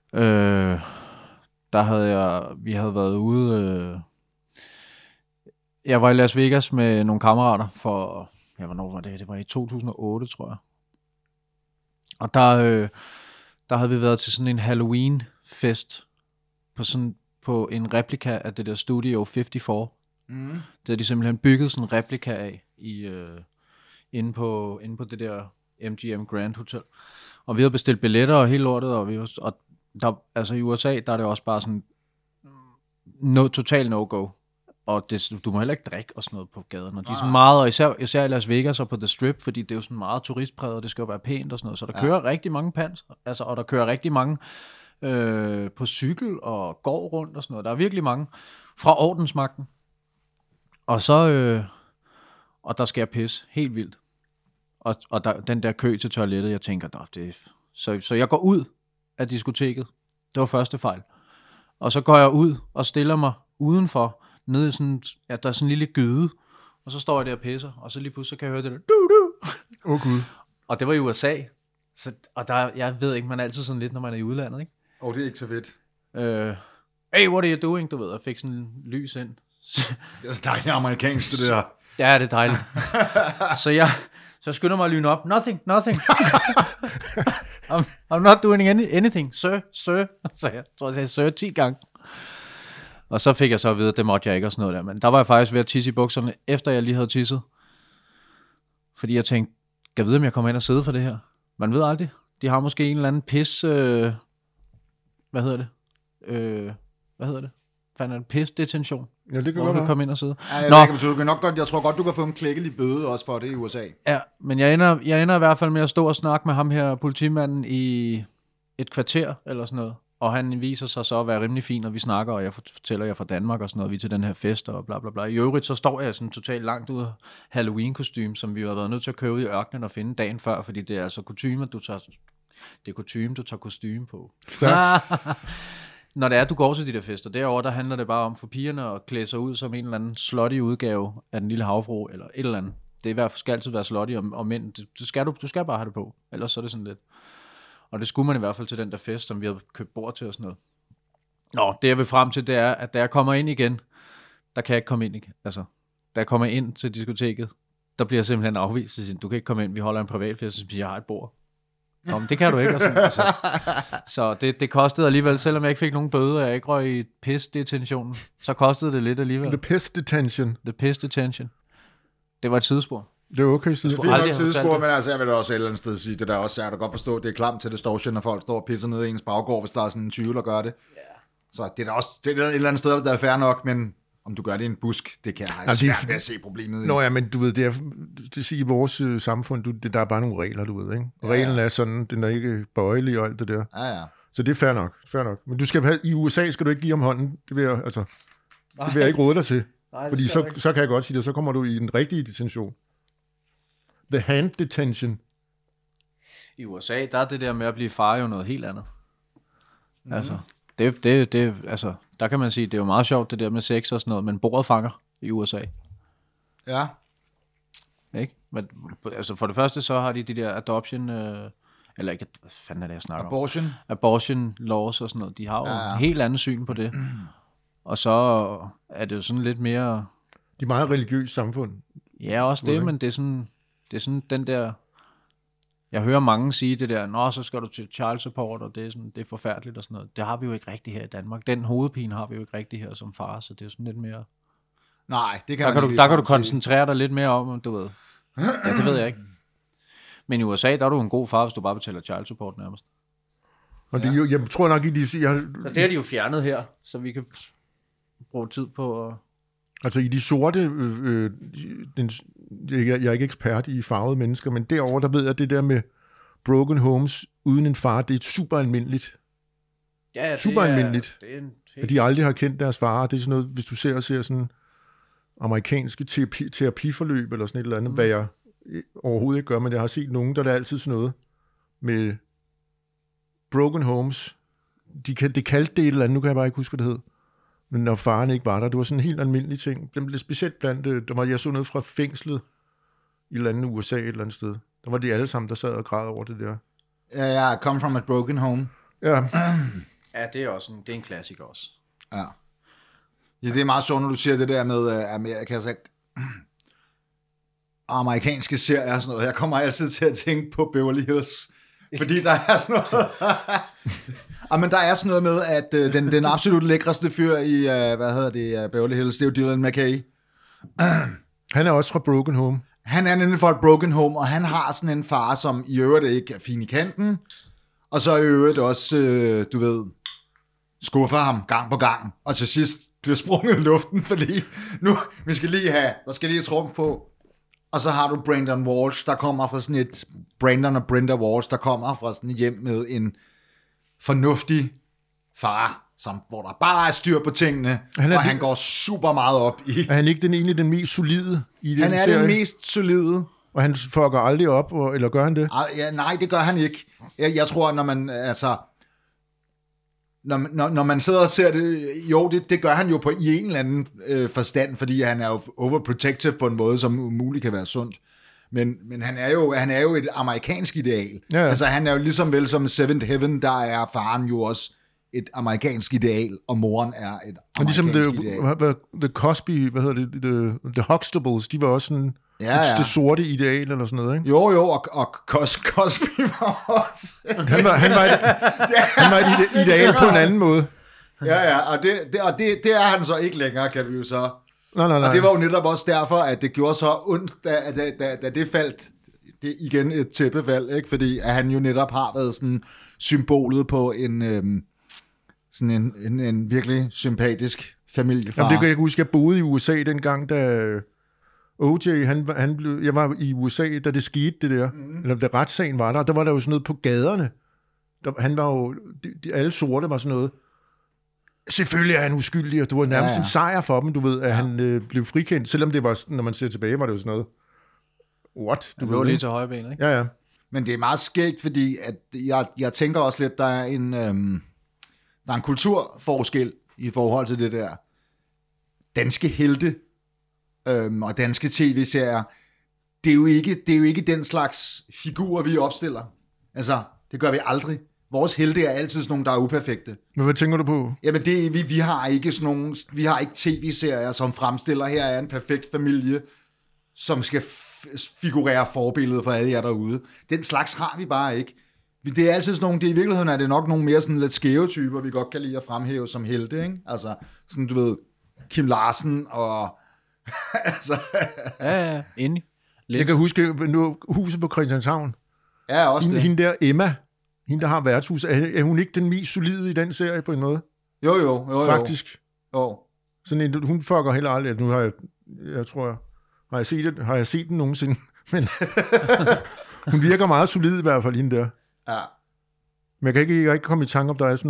Vi havde været ude. Jeg var i Las Vegas med nogle kammerater for, hvornår var det? Det var i 2008, tror jeg. Og der havde vi været til sådan en Halloween-fest på en replika af det der Studio 54. Mm. Det havde de simpelthen bygget sådan en replika af inde på det der MGM Grand Hotel. Og vi havde bestilt billetter og hele lortet, og der, altså i USA, der er det også bare sådan total no-go. Og du må heller ikke drikke og sådan noget på gaden. Og de er sådan meget, og især i Las Vegas og på The Strip, fordi det er jo sådan meget turistpræget, og det skal jo være pænt og sådan noget. Så der kører rigtig mange pans, altså, og der kører rigtig mange på cykel og går rundt og sådan noget. Der er virkelig mange fra ordensmagten. Og så og der skal jeg pisse helt vildt. Og den der kø til toilettet, jeg tænker, så jeg går ud af diskoteket. Det var første fejl. Og så går jeg ud og stiller mig udenfor, nede i sådan, der er sådan en lille gyde, og så står jeg der og pisser, og så lige pludselig kan jeg høre det der, du. Gud. Og det var i USA, og jeg ved ikke, man er altid sådan lidt, når man er i udlandet, ikke? Det er ikke så fedt. Hey, what are you doing, du ved, og fik sådan en lys ind. Det er så dejligt amerikansk, det der. Ja, det er dejligt. Så jeg skynder mig at lyne op. Nothing. I'm not doing anything, sir. Så jeg tror, jeg sagde sir 10 gange. Og så fik jeg så at vide, at det måtte jeg ikke og sådan noget der. Men der var jeg faktisk ved at tisse i bukserne, efter jeg lige havde tisset. Fordi jeg tænkte, kan jeg vide, om jeg kommer ind og sidde for det her? Man ved aldrig. De har måske en eller anden pis... Hvad hedder det? Fanden er det? Pis-detention. Ja, det kan godt være. Komme ind og sidde. Ja, jeg tror godt, du kan få en klækkelig bøde også for det i USA. Ja, men jeg ender i hvert fald med at stå og snakke med ham her, politimanden, i et kvarter eller sådan noget. Og han viser sig så at være rimelig fin, når vi snakker, og jeg fortæller jer fra Danmark og sådan noget, vi er til den her fest og bla bla bla. I øvrigt så står jeg sådan totalt langt ud af Halloween-kostyme, som vi har været nødt til at købe i ørkenen og finde dagen før, fordi det er altså kutyme, at du tager Det er kutyme, du tager kostyme på. Stærkt. Når det er, du går til de der fester, derovre, der handler det bare om for pigerne at klæde sig ud som en eller anden slutty udgave af den lille havfru, eller et eller andet. Det skal altid være slutty, og mænd, du skal bare have det på, ellers så er det sådan lidt. Og det skulle man i hvert fald til den der fest, som vi havde købt bord til og sådan noget. Nå, det jeg vil frem til, det er, at da jeg kommer ind igen, der kan jeg ikke komme ind igen. Altså, da jeg kommer ind til diskoteket, der bliver jeg simpelthen afvist. Så siger, du kan ikke komme ind, vi holder en privatfest, så siger jeg har et bord. Nå, men det kan du ikke. Så det kostede alligevel, selvom jeg ikke fik nogen bøde, og jeg ikke røg i piss-detentionen, så kostede det lidt alligevel. The piss detention. The piss detention. Det var et sidespor. Det er okay sidespor. Det er fint nok sidespor, men altså, jeg vil da også et eller andet sted sige, det der også, jeg kan godt forstå, det er klamt til distortion, når folk står og pisser ned i ens baggård, hvis der er sådan en 20, der gør det. Yeah. Så det er da også det er et eller andet sted, der er fair nok, men om du gør det i en busk, det kan jeg have svært ved at se problemet i. Nå ja, men du ved, det siger i vores samfund, der er bare nogle regler, du ved, ikke? Ja. Reglen er sådan, den er ikke bøjelig og alt det der. Ja. Så det er fair nok. Men du skal have, i USA skal du ikke give om hånden, det vil jeg ikke råde dig til. Nej, fordi så kan jeg godt sige det, så kommer du i den rigtige detention. The hand detention. I USA, der er det der med at blive far jo noget helt andet. Altså, det altså, der kan man sige, det er jo meget sjovt, det der med sex og sådan noget, men bordet fanger i USA. Ja. Ikke? Men, altså, for det første, så har de der adoption, eller ikke, hvad fanden er det, jeg snakker om? Abortion laws og sådan noget. De har jo en helt anden syn på det. Og så er det jo sådan lidt mere... De er meget religiøse samfund. Ja, også det, men det er sådan den der... Jeg hører mange sige det der, nå, så skal du til child support, og det er forfærdeligt og sådan noget. Det har vi jo ikke rigtigt her i Danmark. Den hovedpine har vi jo ikke rigtigt her som far, så det er sådan lidt mere... Nej, det kan der kan du koncentrere dig lidt mere om, du ved. Ja, det ved jeg ikke. Men i USA, der er du en god far, hvis du bare betaler child support nærmest. Og det, jeg tror nok, så det har de jo fjernet her, så vi kan bruge tid på at... Altså i de sorte, jeg er ikke ekspert i farvede mennesker, men derover der ved jeg, det der med broken homes uden en far, det er super almindeligt. Ja, super almindeligt. At de aldrig har kendt deres far. Det er sådan noget, hvis du ser sådan amerikanske terapiforløb eller sådan et eller andet, hvad jeg overhovedet ikke gør, men jeg har set nogen, der er altid sådan noget med broken homes. Det kaldte det et eller andet, nu kan jeg bare ikke huske, hvad det hed. Men når faren ikke var der, det var sådan en helt almindelig ting. Det blev specielt blandt, jeg så noget fra fængslet i et eller andet USA et eller andet sted. Der var de alle sammen, der sad og græd over det der. Ja, come from a broken home. Ja. Ja, det er også det er en klassiker også. Ja. Ja, det er meget sjovt, når du siger det der med Amerika. Så amerikanske serier og sådan noget. Jeg kommer altid til at tænke på Beverly Hills. Fordi der er sådan noget... men der er sådan noget med, at den absolut lækreste fyr i, Beverly Hills, det er jo Dylan McKay. Han er også fra Broken Home. Han er nemlig fra et Broken Home, og han har sådan en far, som i øvrigt ikke er fin i kanten, og så i øvrigt også, skuffer ham gang på gang, og til sidst bliver sprunget i luften, fordi nu, der skal lige trumf på. Og så har du Brandon Walsh, der kommer fra sådan et... Brandon og Brenda Walsh, der kommer fra sådan et hjem med en fornuftig far, hvor der bare er styr på tingene, han går super meget op i... Er han ikke den mest solide i den serie? Han er den mest solide. Og han fucker aldrig op, eller gør han det? Ja, nej, det gør han ikke. Jeg tror, når man... Altså, når man sidder og ser det, jo, det gør han jo i en eller anden forstand, fordi han er jo overprotective på en måde, som umuligt kan være sundt. Men han er jo et amerikansk ideal. Ja. Altså han er jo ligesom vel som Seventh Heaven, der er faren jo også et amerikansk ideal, og moren er et amerikansk ideal. The Cosby, The Huxtables, de var også sådan det sorte ideal eller sådan noget, ikke? Jo, og Cosby var også... han var et ideal på en anden måde. Ja, og det er han så ikke længere, kan vi jo så... Nej. Og det var jo netop også derfor, at det gjorde så ondt, da det faldt, det er igen et tæppefald, ikke? Fordi at han jo netop har været sådan symbolet på en virkelig sympatisk familiefar. Jamen, det kan jeg huske, jeg boede i USA dengang, da OJ, jeg var i USA, da det skete det der, eller da retssagen var der var der jo sådan noget på gaderne. Han var jo, alle sorte var sådan noget. Selvfølgelig er han uskyldig, og det var nærmest en sejr for dem, du ved, at han blev frikendt, selvom det var, når man ser tilbage, var det jo sådan noget. What? Du lå lige til højre ben, ikke? Ja. Men det er meget skægt, fordi at jeg tænker også lidt, der er en kulturforskel i forhold til det der danske helte og danske tv-serier. Det er jo ikke den slags figurer, vi opstiller. Altså, det gør vi aldrig. Vores helte er altid sådan nogle, der er uperfekte. Men hvad tænker du på? Jamen, vi har ikke sådan nogle, vi har ikke tv-serier, som fremstiller, her er en perfekt familie, som skal figurere forbilledet for alle jer derude. Den slags har vi bare ikke. Det er altid sådan nogle, det i virkeligheden er det nok nogle mere sådan lidt skæve typer, vi godt kan lide at fremhæve som helte, ikke? Altså, sådan du ved, Kim Larsen og... altså... Ja, enig. Lidt. Jeg kan huske nu, huset på Christianshavn. Ja, også det. Hende der Emma, hende der har værtshus, er hun ikke den mest solide i den serie på en måde? Jo. Faktisk. Jo. Sådan en, hun fucker heller aldrig. Nu har jeg tror, har jeg set den nogensinde? Men hun virker meget solid i hvert fald, hende der. Ja. Men jeg kan ikke komme i tanke om, der er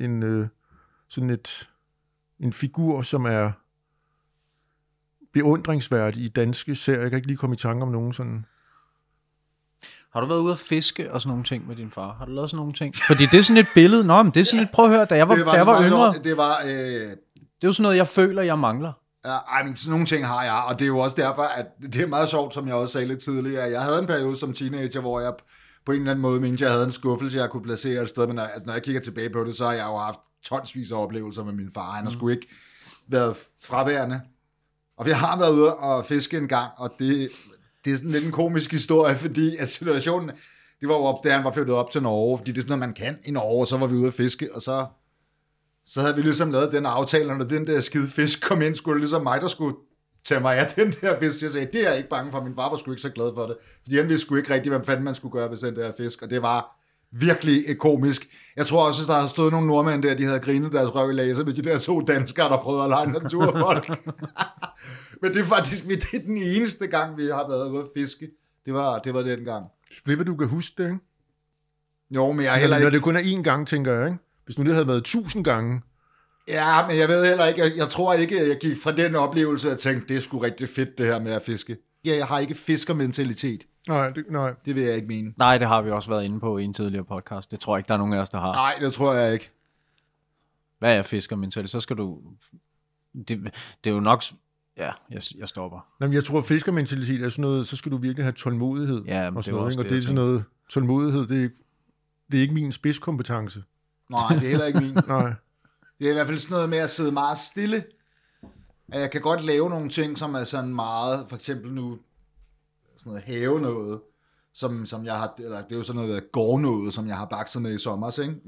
sådan en figur, som er beundringsværdig i danske serier. Jeg kan ikke lige komme i tanke om nogen sådan... Har du været ude at fiske og sådan nogle ting med din far? Har du lavet sådan nogle ting? Fordi det er sådan et billede. Nå, men det er sådan et... Prøv at høre, da jeg var yngre... Det var... Det er jo sådan noget, jeg føler, jeg mangler. Ja, men sådan nogle ting har jeg, og det er jo også derfor, at det er meget sjovt, som jeg også sagde lidt tidligere. Jeg havde en periode som teenager, hvor jeg på en eller anden måde mente, jeg havde en skuffelse, jeg kunne placere et sted, men når jeg kigger tilbage på det, så har jeg jo haft tonsvis af oplevelser med min far. Han har sgu ikke været fraværende. Og vi har været ude og fiske en gang, og det er sådan lidt en komisk historie, fordi at situationen, det var jo op, da han var flyttet op til Norge, fordi det er sådan noget, man kan i Norge, og så var vi ude at fiske, og så havde vi ligesom lavet den aftale, og når den der skide fisk kom ind, skulle det ligesom mig, der skulle tage mig af den der fisk. Jeg sagde, det er jeg ikke bange for, min far var sgu ikke så glad for det, fordi han vidste sgu ikke rigtigt, hvad fanden man skulle gøre ved den der fisk, og det var virkelig komisk. Jeg tror også, at der havde stået nogle nordmænd der, de havde grinet deres røv i laser med de der 2 danskere, der prøvede at lege naturfolk. Men det er faktisk det er den eneste gang, vi har været ude at fiske. Det var den gang. Slipper du kan huske det, ikke? Jo, men jeg heller ikke... Når det kun er 1 gang, tænker jeg, ikke? Hvis nu det havde været 1000 gange. Ja, men jeg ved heller ikke... Jeg tror ikke, jeg gik fra den oplevelse og tænkte, det er sgu rigtig fedt, det her med at fiske. Ja, jeg har ikke fiskermentalitet. Nej. Det vil jeg ikke mene. Nej, det har vi også været inde på i en tidligere podcast. Det tror jeg ikke, der er nogen af os, der har. Nej, det tror jeg ikke. Hvad er fiskermentalitet? Så skal du... Det er jo nok... Ja, jeg stopper. Jamen, jeg tror, fiskermentalitet er sådan noget, så skal du virkelig have tålmodighed. Ja, og det er også noget, og det er sådan noget, tålmodighed, det er ikke min spidskompetence. Nej, det er heller ikke min. Nej. Det er i hvert fald sådan noget med at sidde meget stille. At jeg kan godt lave nogle ting, som er sådan meget, for eksempel nu, sådan noget have noget, som jeg har, eller det er jo sådan noget gård noget, som jeg har bakset med i sommer, ikke?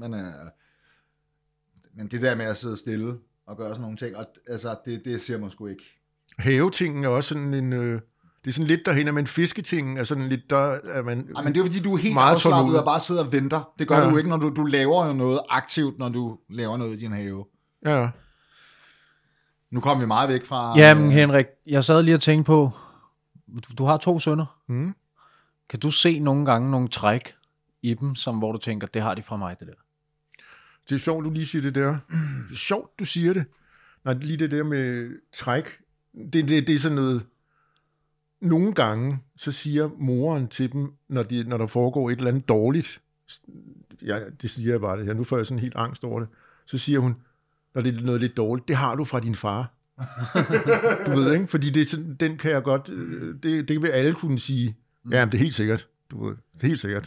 Men det der med at sidde stille og gøre sådan nogle ting, og, altså, det siger man sgu ikke. Havetingen er også sådan en... det er sådan lidt derhen, men fisketingen er sådan lidt... Der er man men det er jo fordi, du er helt afslappet og bare sidder og venter. Det gør du ikke, når du laver jo noget aktivt, når du laver noget i din have. Ja. Nu kommer vi meget væk fra... Jamen Henrik, jeg sad lige og tænkte på, du har 2 sønner. Mm. Kan du se nogle gange nogle træk i dem, hvor du tænker, det har de fra mig, det der? Det er sjovt, du lige siger det der. Det er sjovt, du siger det. Nej, lige det der med træk, det er sådan noget... Nogle gange, så siger moren til dem, når der foregår et eller andet dårligt, det siger jeg bare det her, nu får jeg sådan helt angst over det, så siger hun, når det er noget lidt dårligt, det har du fra din far. Du ved, ikke? Fordi det er sådan, den kan jeg godt, det vil alle kunne sige, ja, men det er helt sikkert, du ved, det er helt sikkert.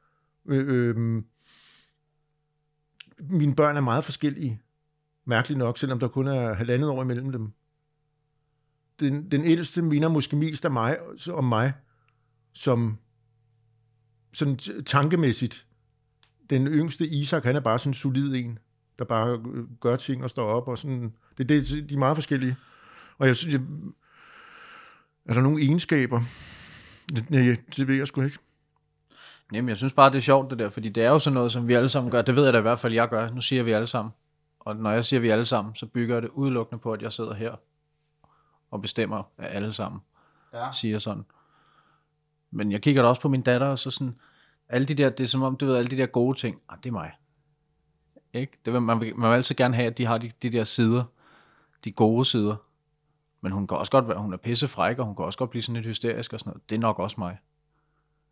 Mine børn er meget forskellige, mærkeligt nok, selvom der kun er 1,5 år imellem dem. Den ældste minder måske mest om mig, som sådan tankemæssigt. Den yngste Isak, han er bare sådan en solid en, der bare gør ting og står op, og sådan. De er meget forskellige. Og jeg synes, er der nogle egenskaber? Nej, det ved jeg sgu ikke. Jamen, jeg synes bare, det er sjovt det der, fordi det er jo sådan noget, som vi alle sammen gør. Det ved jeg da i hvert fald, jeg gør. Nu siger vi alle sammen. Og når jeg siger vi alle sammen, så bygger jeg det udelukkende på, at jeg sidder her og bestemmer, at alle sammen siger sådan. Men jeg kigger da også på min datter, og så sådan, alle de der, det er som om, du ved, alle de der gode ting, det er mig. Ikke? Det vil, man vil altid gerne have, at de har de der sider, de gode sider. Men hun kan også godt være, hun er pissefræk, og hun kan også godt blive sådan lidt hysterisk og sådan noget. Det er nok også mig.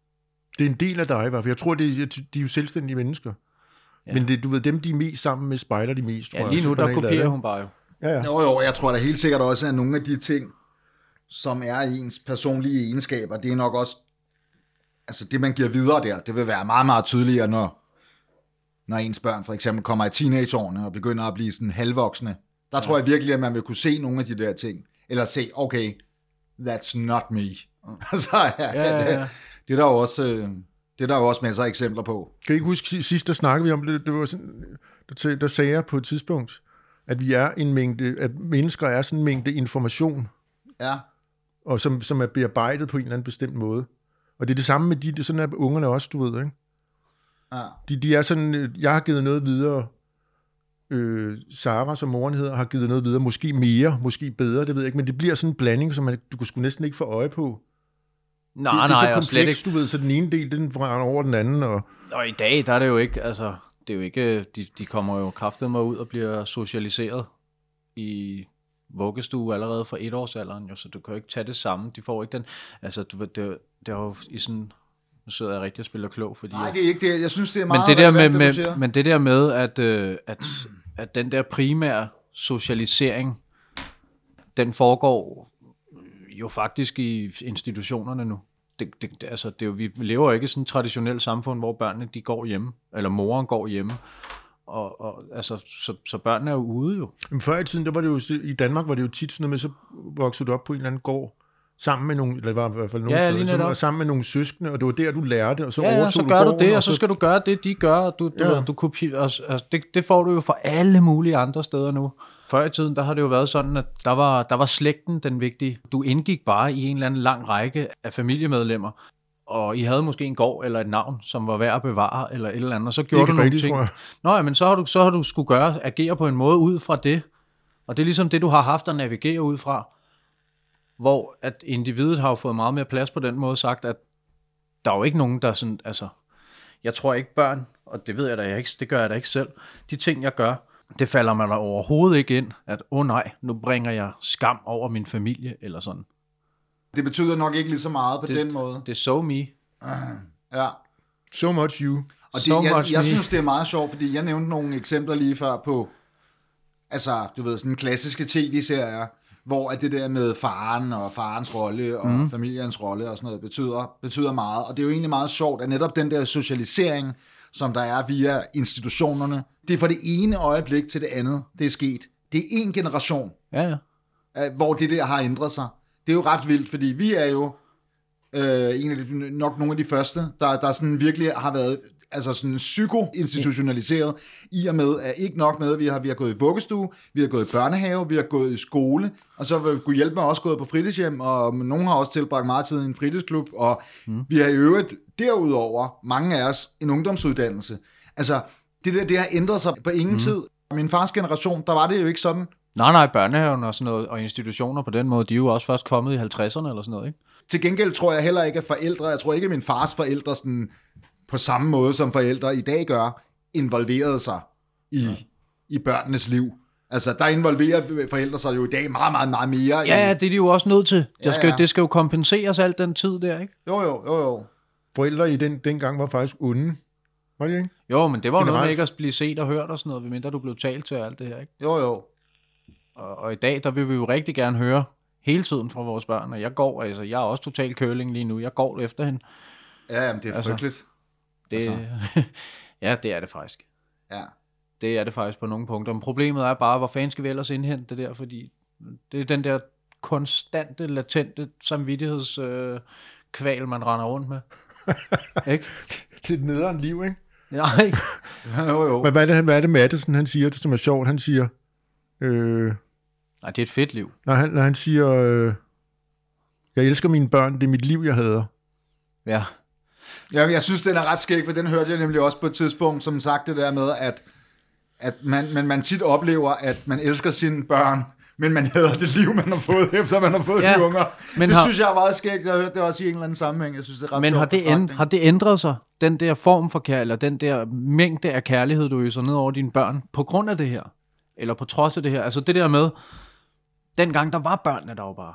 Det er en del af dig, i hvert fald. Jeg tror, de er jo selvstændige mennesker. Ja. Men det, du ved, dem, de er mest sammen med, spejler de mest, tror jeg. Ja, lige nu, der kopierer hun bare jo. Ja. Jo, jeg tror da helt sikkert også, at nogle af de ting, som er ens personlige egenskaber, det er nok også, altså det, man giver videre der, det vil være meget, meget tydeligere, når ens børn for eksempel kommer i teenageårene og begynder at blive sådan halvvoksne. Der tror jeg virkelig, at man vil kunne se nogle af de der ting, eller se, okay, that's not me. Altså, det er der jo også... Det er der jo også masser af eksempler på. Kan I ikke huske, sidst der snakkede vi om det, det var sådan, der sagde jeg på et tidspunkt, at vi er en mængde, at mennesker er sådan en mængde information, ja, og som er bearbejdet på en eller anden bestemt måde. Og det er det samme med de, sådan er ungerne også, du ved, ikke? Ja. De er sådan, jeg har givet noget videre, Sara, som moren hedder, har givet noget videre, måske mere, måske bedre, det ved jeg ikke, men det bliver sådan en blanding, som du kunne sgu næsten ikke få øje på. Nej, det er så kompleks, slet ikke. Du ved, så den ene del, den fra over den anden. Og i dag, der er det jo ikke, altså, det er jo ikke, de kommer jo kraftedeme ud og bliver socialiseret i vuggestue allerede fra 1-årsalderen, jo, så du kan jo ikke tage det samme. De får ikke den, altså, det er jo i sådan, nu sidder jeg rigtig og spiller klog, fordi... Nej, det er ikke det. Jeg synes, det er meget men det der relevant, med, det du siger. Men det der med, at den der primære socialisering, den foregår jo faktisk i institutionerne nu. Altså, det er jo, vi lever jo ikke i sådan et traditionelt samfund, hvor børnene de går hjemme, eller moren går hjemme, og altså, så børnene er jo ude jo. Men før i tiden, der var det jo, i Danmark var det jo tit sådan noget med, så voksede du op på en eller anden gård, sammen med nogle, eller det var i hvert fald nogle steder, sammen med nogle søskende, og det var der, du lærte, og så overtog så du gør gården, du det, og så skal du gøre det, de gør, og du kopierer, altså, det får du jo fra alle mulige andre steder nu. Før i tiden, der har det jo været sådan, at der var slægten den vigtige. Du indgik bare i en eller anden lang række af familiemedlemmer, og I havde måske en gård eller et navn, som var værd at bevare, eller et eller andet, og så gjorde du nogle ting. Nå, men så har du skulle agere på en måde ud fra det, og det er ligesom det, du har haft at navigere ud fra, hvor at individet har jo fået meget mere plads på den måde sagt, at der er jo ikke nogen, der sådan, altså, jeg tror ikke børn, og det ved jeg da ikke, det gør jeg da ikke selv, de ting, jeg gør, det falder mig da overhovedet ikke ind, at nej, nu bringer jeg skam over min familie, eller sådan. Det betyder nok ikke lige så meget på den måde. Det er so me. Ja. So much you. Og det, jeg synes, det er meget sjovt, fordi jeg nævnte nogle eksempler lige før på, altså, du ved, sådan klassiske tv-serier, hvor at det der med faren og farens rolle og familiens rolle og sådan noget betyder meget. Og det er jo egentlig meget sjovt, at netop den der socialisering, som der er via institutionerne, det er fra det ene øjeblik til det andet, det er sket. Det er en generation, hvor det der har ændret sig. Det er jo ret vildt, fordi vi er jo nok nogle af de første, der sådan virkelig har været altså sådan psyko-institutionaliseret, i og med, at ikke nok med, at vi har gået i vuggestue, vi har gået i børnehave, vi har gået i skole, og så har vi hjælpe mig også gået på fritidshjem, og nogen har også tilbragt meget tid i en fritidsklub, og vi har i øvrigt derudover, mange af os, en ungdomsuddannelse. Altså, det har ændret sig på ingen tid. Min fars generation, der var det jo ikke sådan. Nej, børnehaven og sådan noget, og institutioner på den måde, de er jo også først kommet i 50'erne eller sådan noget, ikke? Til gengæld tror jeg heller ikke, at forældre, jeg tror ikke, at min fars forældre sådan, på samme måde som forældre i dag gør, involverede sig i børnenes liv. Altså, der involverer forældre sig jo i dag meget, meget, meget mere. Ja, det er de jo også nødt til. Det skal jo kompenseres alt den tid der, ikke? Jo. Forældre i dengang var faktisk onde. Var det ikke? Jo, men det var jo noget med ikke at blive set og hørt og sådan noget, medmindre du blev talt til alt det her, ikke? Jo. Og i dag, der vil vi jo rigtig gerne høre hele tiden fra vores børn, og jeg er også total curling lige nu. Jeg går efter hende. Ja, jamen, det er frygteligt. Ja, det er det faktisk. Ja. Det er det faktisk på nogle punkter. Men problemet er bare, hvor fanden skal vi ellers indhente det der, fordi det er den der konstante, latente samvittighedskval, man render rundt med. Ikke? Det er et nederen liv, ikke? Nej. Jo. Men hvad er det Mattesen, han siger, det som er sjovt? Han siger... Nej, det er et fedt liv. Når han siger, jeg elsker mine børn, det er mit liv, jeg hader. Ja. Ja, jeg synes, den er ret skæg, for den hørte jeg nemlig også på et tidspunkt, som sagt det der med, at man tit oplever, at man elsker sine børn, men man hader det liv, man har fået, efter man har fået de unger. Det synes jeg er meget skægt. Jeg har hørt det også i en eller anden sammenhæng. Jeg synes, det er ret sjovt. Har det ændret sig, den der form for kærlighed, den der mængde af kærlighed, du øser ned over dine børn, på grund af det her? Eller på trods af det her? Altså det der med, dengang der var børnene der jo bare.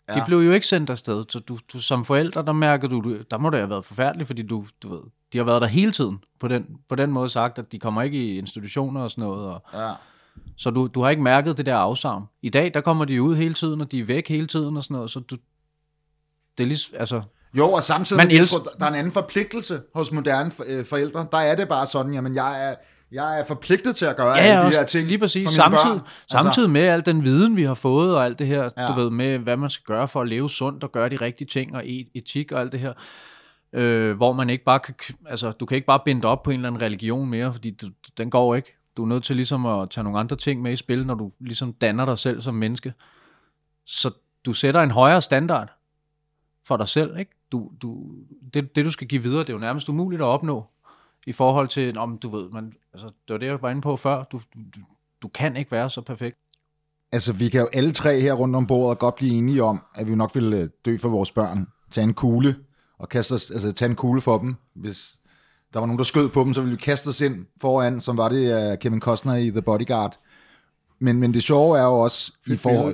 De blev jo ikke sendt afsted. Så du som forælder, der mærkede du, der må det have været forfærdeligt, fordi du ved, de har været der hele tiden, på den måde sagt, at de kommer ikke i institutioner og sådan noget. Så du har ikke mærket det der afsavn. I dag, der kommer de ud hele tiden, og de er væk hele tiden og sådan noget, så det er ligesom, altså... Jo, og samtidig der er en anden forpligtelse hos moderne forældre. Der er det bare sådan, jamen jeg er forpligtet til at gøre alle de her ting. Lige præcis. For mine børn. Samtidig med al den viden, vi har fået, og alt det her, du ved, med hvad man skal gøre for at leve sundt, og gøre de rigtige ting, og etik og alt det her, hvor man ikke bare kan, altså du kan ikke bare binde op på en eller anden religion mere, fordi den går ikke. Du er nødt til ligesom at tage nogle andre ting med i spil, når du ligesom danner dig selv som menneske. Så du sætter en højere standard for dig selv, ikke? Det du skal give videre, det er jo nærmest umuligt at opnå i forhold til, om du ved, altså, det var det, jeg var inde på før, du kan ikke være så perfekt. Altså, vi kan jo alle tre her rundt om bordet godt blive enige om, at vi nok vil dø for vores børn. Tage en kugle og tage en kugle for dem. Hvis der var nogen, der skød på dem, så ville vi kaste os ind foran, som var det Kevin Costner i The Bodyguard. Men det sjove er jo også i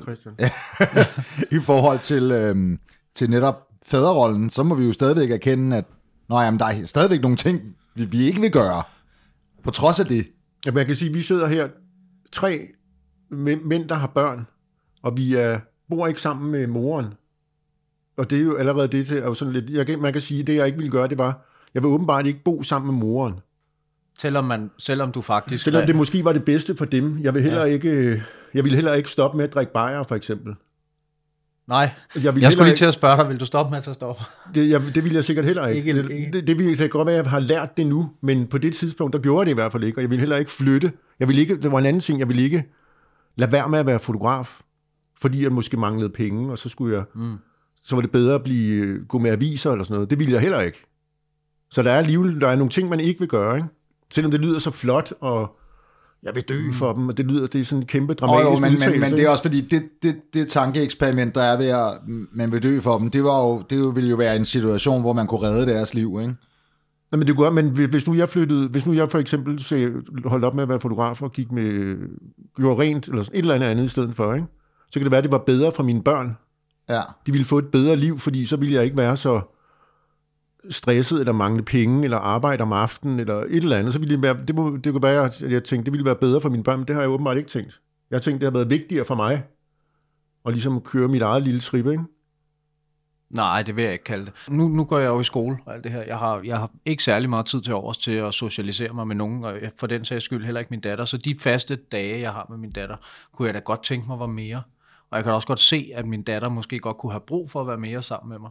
forhold til netop faderrollen, så må vi jo stadigvæk erkende, at der er stadigvæk nogle ting, vi ikke vil gøre, på trods af det. Ja, man kan sige, at vi sidder her 3 mænd, der har børn, og vi bor ikke sammen med moren. Og det er jo allerede det til, sådan lidt, man kan sige, at det jeg ikke ville gøre, det var, jeg vil åbenbart ikke bo sammen med moren. Selvom du faktisk... Selvom det måske var det bedste for dem. Jeg vil heller ikke stoppe med at drikke bajer, for eksempel. Nej, jeg skulle lige til at spørge dig, vil du stoppe med at tage stoffer? Det vil jeg sikkert heller ikke. Det vil godt være, at jeg har lært det nu, men på det tidspunkt, der gjorde det i hvert fald ikke, og jeg vil heller ikke flytte. Det var en anden ting, jeg ville ikke lade være med at være fotograf, fordi jeg måske manglede penge, og så skulle jeg, så var det bedre at gå med aviser eller sådan noget. Det ville jeg heller ikke. Så der er nogle ting, man ikke vil gøre, ikke? Selvom det lyder så flot, og jeg vil dø for dem, og det er sådan en kæmpe dramatisk udtalelse. Men det er også fordi, det tankeeksperiment, der er ved at man vil dø for dem, det ville jo være en situation, hvor man kunne redde deres liv, ikke? Nej, men det kunne, men hvis nu jeg for eksempel holdt op med at være fotograf og gjorde rent, eller et eller andet i stedet for, ikke? Så kan det være, at det var bedre for mine børn. Ja. De ville få et bedre liv, fordi så ville jeg ikke være så stresset, eller mangle penge, eller arbejde om aftenen, eller et eller andet, så ville det kunne være, at jeg tænkte, det ville være bedre for mine børn, men det har jeg åbenbart ikke tænkt. Jeg har tænkt, det har været vigtigere for mig, at ligesom køre mit eget lille trip, ikke? Nej, det vil jeg ikke kalde det. Nu går jeg jo i skole og alt det her. Jeg har ikke særlig meget tid til overs til at socialisere mig med nogen, og for den sags skyld heller ikke min datter. Så de faste dage, jeg har med min datter, kunne jeg da godt tænke mig var mere. Og jeg kan også godt se, at min datter måske godt kunne have brug for at være mere sammen med mig.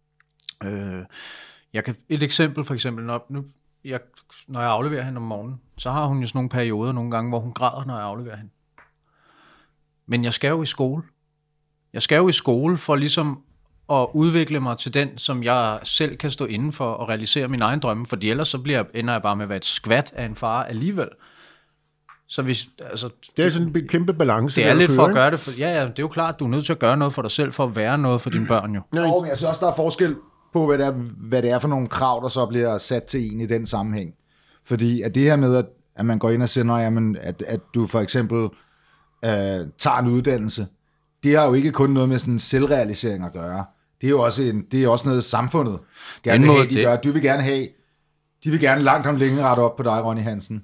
Et eksempel for eksempel, når jeg afleverer hende om morgenen, så har hun jo sådan nogle perioder nogle gange, hvor hun græder, når jeg afleverer hende. Men jeg skal jo i skole. Jeg skal jo i skole for ligesom at udvikle mig til den, som jeg selv kan stå inden for og realisere min egen drømme, fordi ellers så ender jeg bare med at være et skvat af en far alligevel. Så det er sådan en kæmpe balance. Det er lidt for at gøre det. Det er jo klart, at du er nødt til at gøre noget for dig selv, for at være noget for dine børn jo. Men jeg synes også, der er forskel på, hvad det er for nogle krav, der så bliver sat til en i den sammenhæng. Fordi at det her med, at man går ind og siger, at du for eksempel tager en uddannelse, det har jo ikke kun noget med sådan en selvrealisering at gøre. Det er jo også noget samfundet gerne vil have, de gør. De vil gerne langt om længe rette op på dig, Ronny Hansen.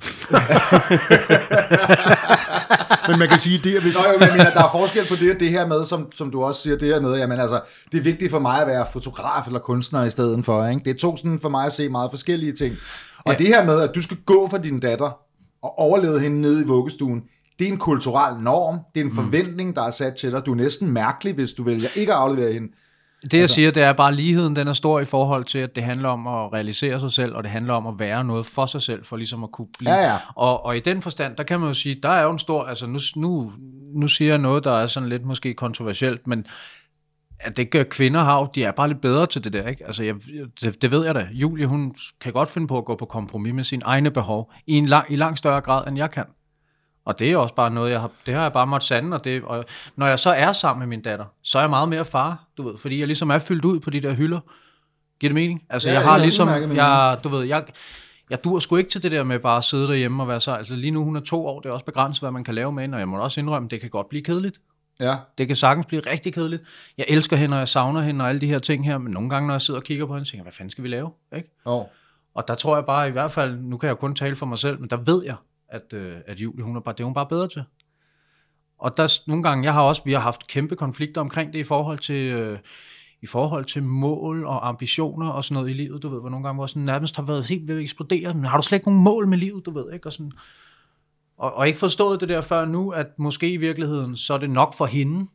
Men man kan sige, det der er forskel på det her med, som du også siger, det her med, jamen altså, det er vigtigt for mig at være fotograf eller kunstner i stedet for, ikke? Det er to sådan for mig at se meget forskellige ting. Og det her med, at du skal gå for din datter og overleve hende nede i vuggestuen, det er en kulturel norm, det er en forventning, der er sat til dig. Du er næsten mærkelig, hvis du vælger ikke at aflevere hende. Det jeg siger, det er bare ligheden, den er stor i forhold til, at det handler om at realisere sig selv, og det handler om at være noget for sig selv, for ligesom at kunne blive. Ja. Og i den forstand, der kan man jo sige, der er jo en stor, altså nu siger jeg noget, der er sådan lidt måske kontroversielt, men at det gør kvinder har, de er bare lidt bedre til det der, ikke? Altså det ved jeg da. Julie, hun kan godt finde på at gå på kompromis med sine egne behov, i langt større grad, end jeg kan. Og det er også bare noget, det har jeg bare måttet sande, og når jeg så er sammen med min datter, så er jeg meget mere far, du ved, fordi jeg ligesom er fyldt ud på de der hylder. Giver det mening? Altså, jeg har ligesom, jeg dur sgu ikke til det der med bare at sidde derhjemme og være så, altså lige nu hun er 2 år, det er også begrænset, hvad man kan lave med hende, og jeg må også indrømme, det kan godt blive kedeligt. Ja. Det kan sagtens blive rigtig kedeligt. Jeg elsker hende, og jeg savner hende, og alle de her ting her, men nogle gange, når jeg sidder og kigger på hende, tænker jeg, hvad fanden skal vi lave? Ikke? Og der tror jeg bare, i hvert fald, nu kan jeg kun tale for mig selv, men der ved jeg, at Julie, det er hun bare bedre til. Og der nogle gange, vi har haft kæmpe konflikter omkring det i forhold til mål og ambitioner og sådan noget i livet, du ved, hvor nogle gange, hvor sådan nærmest har været helt ved at eksplodere, men har du slet ikke nogen mål med livet, du ved, ikke? Og sådan, og ikke forstået det der før nu, at måske i virkeligheden, så er det nok for hende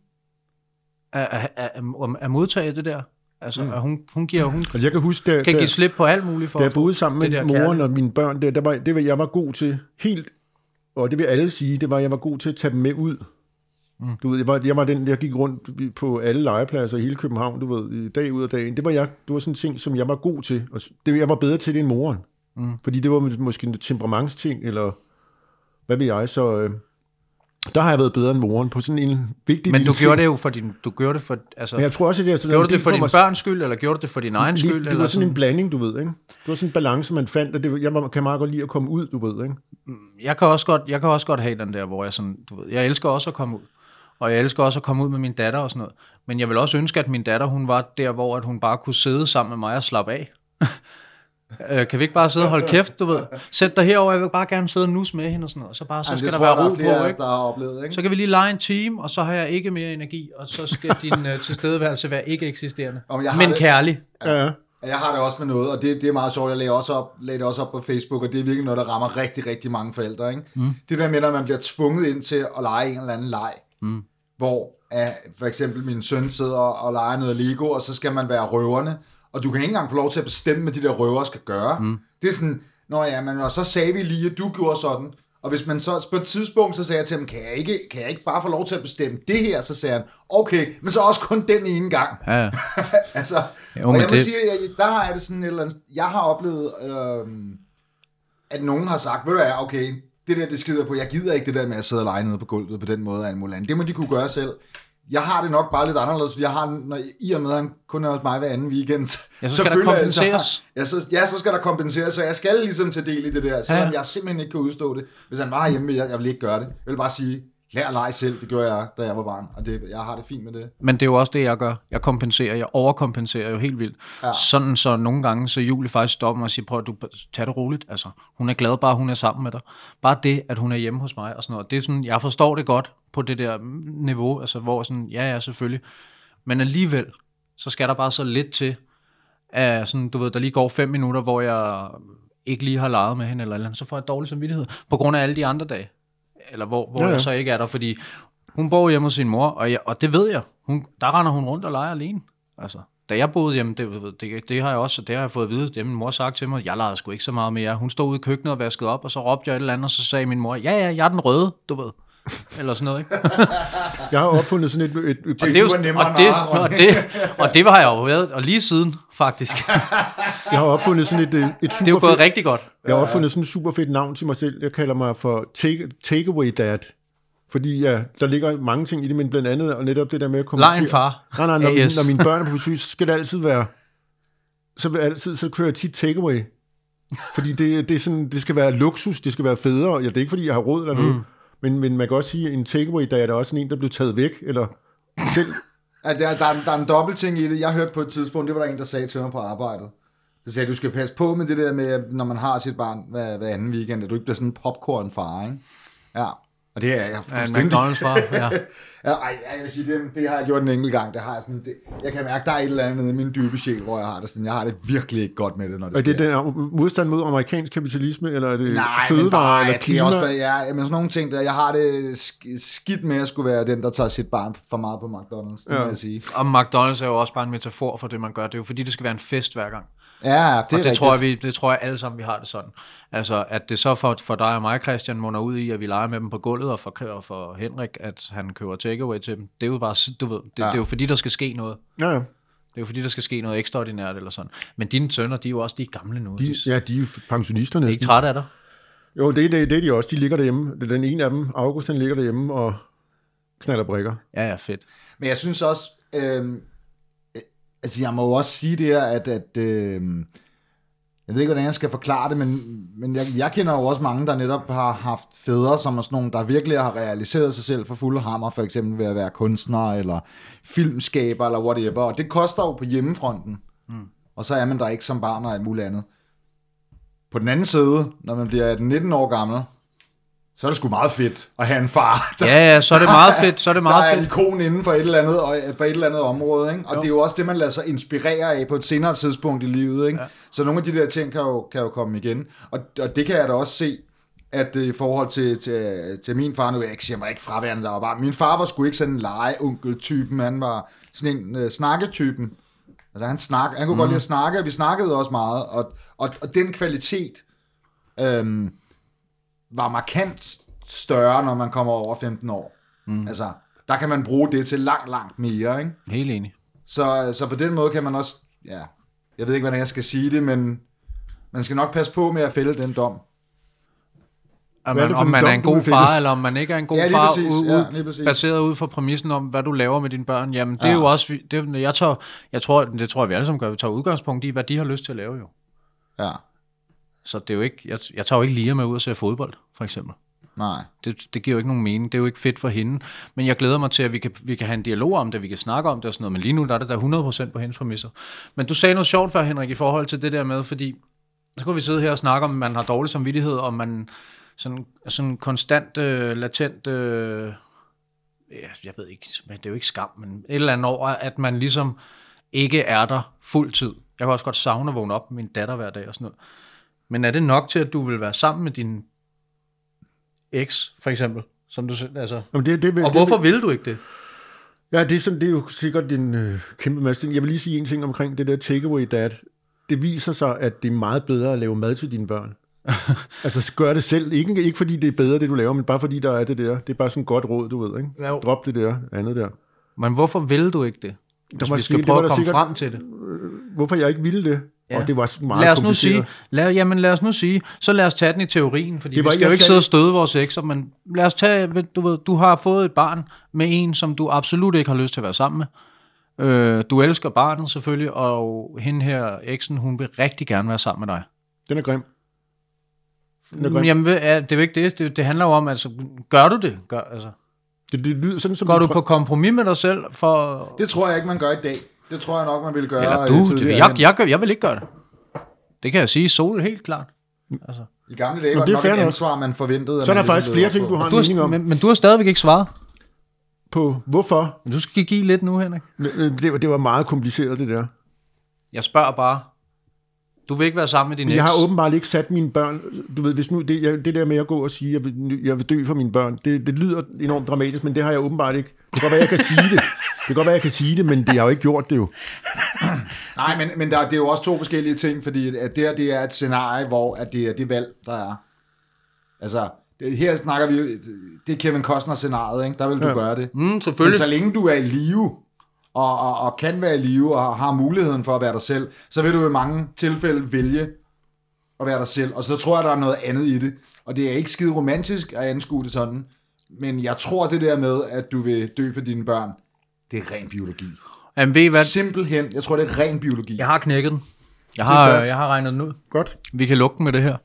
at modtage det der. Altså, at hun altså, jeg kan huske, kan give slip på alt muligt for. Da jeg boede sammen med moren og mine børn, det var jeg var god til helt, og det vil alle sige, det var jeg var god til at tage dem med ud. Du ved, jeg var den, der gik rundt på alle legepladser i hele København, du ved, dag ud af dagen. Det var sådan en ting, som jeg var god til. Og jeg var bedre til det end moren. Fordi det var måske en temperamentsting, eller hvad ved jeg, så der har jeg været bedre end moren på sådan en vigtig. Men du gjorde det jo for altså. Men jeg tror også, at gjorde du det for din børns skyld, eller gjorde du det for din egen skyld? Det var sådan en blanding, du ved, ikke? Det var sådan en balance, man fandt, og jeg kan meget godt lide at komme ud, du ved, ikke? Jeg kan også godt have den der, hvor jeg sådan, du ved, jeg elsker også at komme ud. Og jeg elsker også at komme ud med min datter og sådan noget. Men jeg vil også ønske, at min datter, hun var der, hvor at hun bare kunne sidde sammen med mig og slappe af. Kan vi ikke bare sidde og holde kæft, du ved? Sæt dig herover, jeg vil bare gerne sidde og nus med hende og sådan noget. Så skal der være ro på, ikke? Der har oplevet, ikke? Så kan vi lige lege en time, og så har jeg ikke mere energi, og så skal din tilstedeværelse være ikke eksisterende. Men kærlig. Ja. Jeg har det også med noget, og det er meget sjovt. Jeg lagde det også op på Facebook, og det er virkelig noget, der rammer rigtig, rigtig mange forældre, ikke? Det der med, når man bliver tvunget ind til at lege en eller anden leg, hvor for eksempel min søn sidder og leger noget Lego, og så skal man være røverne, og du kan ikke engang få lov til at bestemme, hvad de der røver skal gøre. Det er sådan, og så sagde vi lige, at du gjorde sådan, og hvis man så på et tidspunkt, så sagde jeg til ham, kan jeg ikke bare få lov til at bestemme det her? Så sagde han, okay, men så også kun den ene gang. Ja. Altså, og jeg må sige, der har jeg det sådan et eller andet, jeg har oplevet, at nogen har sagt, ved du hvad, okay, det der, det skider på, jeg gider ikke det der med at sidde og lege nede på gulvet på den måde af en mulig anden. Det må de kunne gøre selv. Jeg har det nok bare lidt anderledes, fordi jeg har, i og med, at han kun er hos mig hver anden weekend, så skal der kompenseres. Så skal der kompenseres, så jeg skal ligesom tage del i det der, selvom jeg simpelthen ikke kan udstå det. Hvis han var hjemme, jeg vil ikke gøre det. Jeg vil bare sige, lær at lege selv, det gjorde jeg, da jeg var barn, og jeg har det fint med det. Men det er jo også det, jeg gør. Jeg overkompenserer jo helt vildt. Ja. Sådan så nogle gange, så Julie faktisk stopper mig og siger, prøv at tage det roligt. Altså, hun er glad bare, hun er sammen med dig. Bare det, at hun er hjemme hos mig og sådan noget. Det er sådan, jeg forstår det godt på det der niveau, altså hvor sådan, ja, selvfølgelig. Men alligevel, så skal der bare så lidt til, at sådan, du ved, der lige går 5 minutter, hvor jeg ikke lige har leget med hende, eller så får jeg dårlig samvittighed, på grund af alle de andre dage. Eller hvor jeg så ikke er der, fordi hun bor hjemme hos sin mor, og det ved jeg. Der render hun rundt og leger alene. Altså, da jeg boede hjemme, det har jeg også, det har jeg fået at vide. Det har min mor sagt til mig, jeg legede sgu ikke så meget med jer. Hun stod ude i køkkenet og vaskede op, og så råbte jeg et eller andet, og så sagde min mor, ja, jeg er den røde, du ved. Eller sådan noget, ikke? Jeg har opfundet sådan et og det har jeg jo været, og lige siden, faktisk. Jeg har opfundet sådan et super det er jo gået rigtig godt. Jeg har opfundet sådan et super fedt navn til mig selv. Jeg kalder mig for Takeaway Dad. Fordi der ligger mange ting i det, men blandt andet, og netop det der med at kommunicere. Lej en far. Nej, når mine børn er på besøg, så skal det altid være, så kører jeg tit takeaway. Fordi det er sådan, det skal være luksus, det skal være federe. Ja, det er ikke fordi, jeg har råd eller noget. Men man kan også sige, at en takeaway, der er der også en, der blev taget væk, eller selv. Ja, der er en dobbelt ting i det. Jeg hørte på et tidspunkt, det var der en, der sagde til mig på arbejdet. Så sagde, du skal passe på med det der med, når man har sit barn hver anden weekend, at du ikke bliver sådan en popcorn-far, ikke? Ja, og det er jeg fuldstændig. En McDonald's-far, ja. Jeg vil sige, det har jeg gjort en enkelt gang. Det har jeg sådan, jeg kan mærke, der er et eller andet i min dybe sjæl, hvor jeg har det sådan, jeg har det virkelig ikke godt med det, når det sker. Er det den modstand mod amerikansk kapitalisme, eller er det fødevare, eller klima? Nej, men sådan nogle ting, der jeg har det skidt med at skulle være den, der tager sit barn for meget på McDonald's, det må jeg sige. Og McDonald's er jo også bare en metafor for det, man gør. Det er jo fordi, det skal være en fest hver gang. Ja, det er rigtigt. Det tror jeg alle sammen, vi har det sådan. Altså, at det så for dig og mig, Christian, munder ud i, at vi leger med dem på gulvet, og for Henrik, at han køber takeaway til dem. Det er jo bare, du ved, det er jo fordi, der skal ske noget. Ja. Det er jo fordi, der skal ske noget ekstraordinært eller sådan. Men dine sønner, de er jo også de gamle nu. De er pensionister næsten. De er ikke trætte af dig? Jo, det er de også. De ligger derhjemme. Den ene af dem, August, han ligger derhjemme og knaller brikker. Ja, fedt. Men jeg synes også, altså jeg må jo også sige det her, at Jeg ved ikke, hvordan jeg skal forklare det, men jeg kender jo også mange, der netop har haft fædre, som er sådan nogle, der virkelig har realiseret sig selv for fulde hammer, for eksempel ved at være kunstner, eller filmskaber, eller whatever, og det koster jo på hjemmefronten, og så er man der ikke som barn og alt muligt andet. På den anden side, når man bliver 19 år gammel, så er det sgu meget fedt at have en far, Ja, så er det meget fedt. Så er det meget der er fedt. ikon inden for et eller andet område, ikke? Og det er jo også det, man lader sig inspirere af på et senere tidspunkt i livet, ikke? Ja. Så nogle af de der ting kan jo komme igen. Og det kan jeg da også se, at i forhold til min far, nu jeg siger mig ikke fraværende, der var bare, min far var sgu ikke sådan en legeonkel-typen, han var sådan en snakketypen. Altså han kunne godt lide at snakke, og vi snakkede også meget, og den kvalitet var markant større, når man kommer over 15 år. Altså, der kan man bruge det til langt mere, ikke? Helt enig. Så på den måde kan man også, ja, jeg ved ikke, hvordan jeg skal sige det, men man skal nok passe på med at fælde den dom. Om man er en god far, eller om man ikke er en god far, præcis. baseret ud fra præmissen om, hvad du laver med dine børn. Jamen, det er jo også, jeg tror, vi alle sammen gør, vi tager udgangspunkt i, hvad de har lyst til at lave, jo. Ja. Så det er jo ikke, jeg tager jo ikke Lia med ud og ser fodbold, for eksempel. Nej. Det giver jo ikke nogen mening. Det er jo ikke fedt for hende. Men jeg glæder mig til, at vi kan have en dialog om det, vi kan snakke om det og sådan noget. Men lige nu der er det der 100% på hendes præmisser. Men du sagde noget sjovt før, Henrik, i forhold til det der med, fordi så kunne vi sidde her og snakke om, at man har dårlig samvittighed, og man sådan konstant, latent, jeg ved ikke, men det er jo ikke skam, men et eller andet over, at man ligesom ikke er der fuld tid. Jeg kan også godt savne at vågne op med min datter hver dag og sådan noget. Men er det nok til, at du vil være sammen med din eks, for eksempel? Som du, altså, og hvorfor vil du ikke det? Ja, det er jo sikkert en kæmpe masse. Jeg vil lige sige en ting omkring det der takeaway dad. Det viser sig, at det er meget bedre at lave mad til dine børn. Altså gør det selv. Ikke fordi det er bedre, det du laver, men bare fordi der er det der. Det er bare sådan et godt råd, du ved, ikke? Ja, drop det der andet der. Men hvorfor vil du ikke det? Hvis vi skal prøve at komme frem til det. Hvorfor jeg ikke ville det? Ja. Og det var meget kompliceret. Lad os nu sige, så lad os tage den i teorien, fordi vi skal jo ikke sidde og støde vores ekser, men lad os tage, du har fået et barn med en, som du absolut ikke har lyst til at være sammen med. Du elsker barnet selvfølgelig, og hende her, eksen, hun vil rigtig gerne være sammen med dig. Den er grim. Jamen, det er jo ikke det. Det handler jo om, altså, gør du det? Det lyder sådan, som går du på kompromis med dig selv for... Det tror jeg ikke, man gør i dag. Det tror jeg nok, man vil gøre. Eller jeg vil ikke gøre det. Det kan jeg sige, Sol helt klart. Altså. I gamle dage var det nok et ansvar, man forventede. Så er der faktisk flere ting, du har en mening om. Men du har stadigvæk ikke svaret. På hvorfor? Du skal give lidt nu, Henrik. Det var meget kompliceret, det der. Jeg spørger bare. Du vil ikke være sammen med din eks. Jeg har åbenbart ikke sat mine børn... Du ved, hvis nu det der med at gå og sige, jeg vil dø for mine børn, det lyder enormt dramatisk, men det har jeg åbenbart ikke. Det kan godt være, jeg kan sige det. Det kan godt være, jeg kan sige det, men det har jo ikke gjort det jo. Nej, men det er jo også to forskellige ting, fordi at det er et scenarie, hvor at det er det valg, der er. Altså, her snakker vi jo... Det er Kevin Costner-scenariet, ikke? Der vil du gøre det. Selvfølgelig. Men så længe du er i live... Og kan være i live og har muligheden for at være dig selv, så vil du i mange tilfælde vælge at være dig selv. Og så tror jeg, der er noget andet i det. Og det er ikke skide romantisk at anskue det sådan. Men jeg tror det der med, at du vil dø for dine børn, det er ren biologi. Jamen, ved I hvad? Simpelthen. Jeg tror, det er ren biologi. Jeg har knækket den. Jeg har regnet den ud. Godt. Vi kan lukke med det her.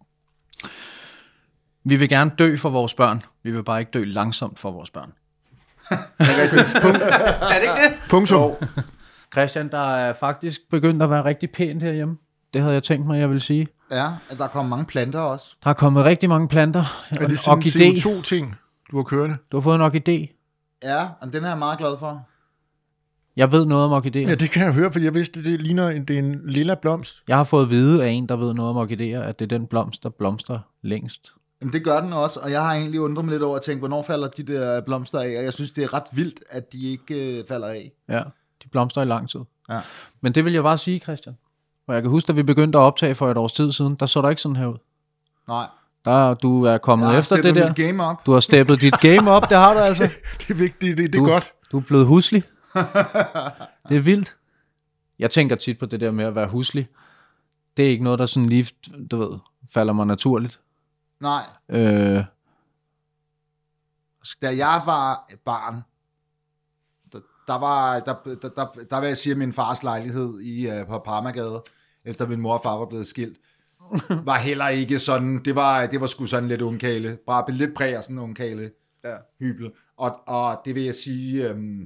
Vi vil gerne dø for vores børn. Vi vil bare ikke dø langsomt for vores børn. Er det ikke det? Punktum. Christian, der er faktisk begyndt at være rigtig pænt herhjemme. Det havde jeg tænkt mig, jeg vil sige. Ja, at der kommer mange planter også. Der er kommet rigtig mange planter. Er det sådan en CO2-ting, du har kørende? Du har fået en orkidé. Ja, og den er jeg meget glad for. Jeg ved noget om orkidéer. Ja, det kan jeg høre, for jeg vidste, det ligner det er en lilla blomst. Jeg har fået at vide af en, der ved noget om orkidéer, at det er den blomst, der blomstrer længst. Jamen det gør den også, og jeg har egentlig undret mig lidt over at tænke, hvornår falder de der blomster af, og jeg synes, det er ret vildt, at de ikke falder af. Ja, de blomstrer i lang tid. Ja. Men det vil jeg bare sige, Christian. Og jeg kan huske, at vi begyndte at optage for et års tid siden, der så der ikke sådan her ud. Nej. Du er kommet efter det der. Game up. Du har steppet dit game op, det har du altså. Det er vigtigt, det er godt. Du er blevet huslig. Det er vildt. Jeg tænker tit på det der med at være huslig. Det er ikke noget, der sådan lige, du ved, falder mig naturligt. Nej. Da jeg var barn, der vil jeg sige, min fars lejlighed på Parmagade, efter min mor og far var blevet skilt, var heller ikke sådan, det var sgu sådan lidt ungkale, bare lidt præg af sådan en ungkale hybel. Og det vil jeg sige,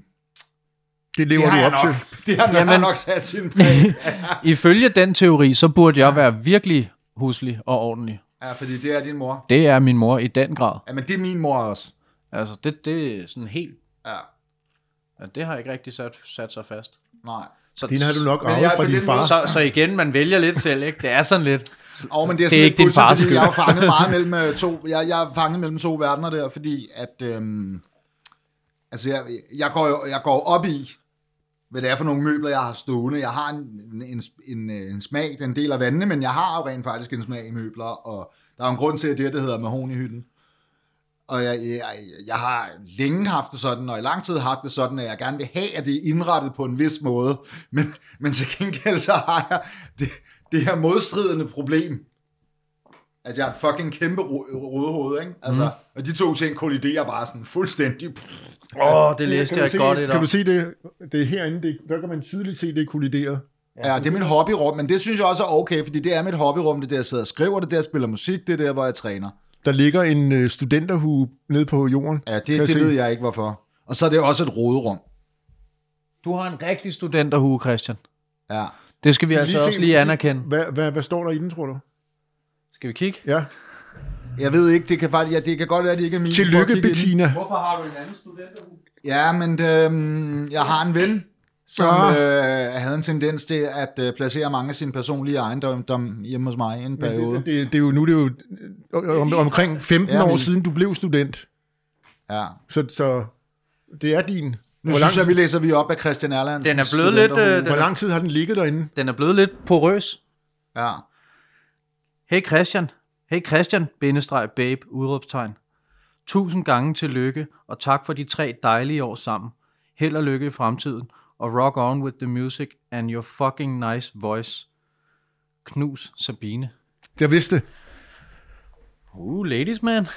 det lever du op til. Det har nok sat sin præg. Ifølge den teori, så burde jeg være virkelig huslig og ordentlig. Ja, fordi det er din mor. Det er min mor i den grad. Ja, men det er min mor også. Altså, det er sådan helt... Ja. Ja, det har ikke rigtig sat sig fast. Nej. Så, Den har du nok arvet fra din far. Så igen, man vælger lidt selv, ikke? Det er sådan lidt... Men det er sådan ikke din fars skyld. Jeg er fanget meget mellem to... Jeg er fanget mellem to verdener der, fordi at... altså, jeg går op i, hvad det er for nogle møbler, jeg har stående. Jeg har en smag, det er en del af vandene, men jeg har jo rent faktisk en smag i møbler, og der er en grund til, at det hedder mahognihytten. Og jeg har længe haft det sådan, og i lang tid haft det sådan, at jeg gerne vil have, at det er indrettet på en vis måde. Men til gengæld så har jeg det her modstridende problem, at jeg er et fucking kæmpe rødhoved, ikke? Altså, og de to ting kolliderer bare sådan fuldstændig. Det læste jeg godt i dag. Kan du se det? Det er herinde, der kan man tydeligt se, det kolliderer. Ja, det er mit hobbyrum, men det synes jeg også er okay, fordi det er mit hobbyrum, det der jeg sidder og skriver, det der jeg spiller musik, det er der, hvor jeg træner. Der ligger en studenterhue nede på jorden. Ja, det ved jeg ikke, hvorfor. Og så er det også et roderum. Du har en rigtig studenterhue, Christian. Ja. Det skal vi altså også lige anerkende. Hvad står der i den, tror du? Skal vi kigge? Ja. Jeg ved ikke, det kan godt være, at det ikke er min. Tillykke, Bettina. Hvorfor har du en anden studenterhue? Ja, men jeg har en ven, som havde en tendens til at placere mange af sine personlige ejendomme hjemme hos mig i en periode. Det er jo omkring 15 år siden, du blev student. Ja. Så det er din. Nu synes jeg, vi læser op af Christian Erland. Den er blevet lidt... Hvor lang tid har den ligget derinde? Den er blevet lidt porøs. Ja. Hey Christian, babe, udråbstegn. 1000 gange tillykke, og tak for de 3 dejlige år sammen. Held og lykke i fremtiden, og rock on with the music and your fucking nice voice. Knus Sabine. Jeg vidste. Ladies man.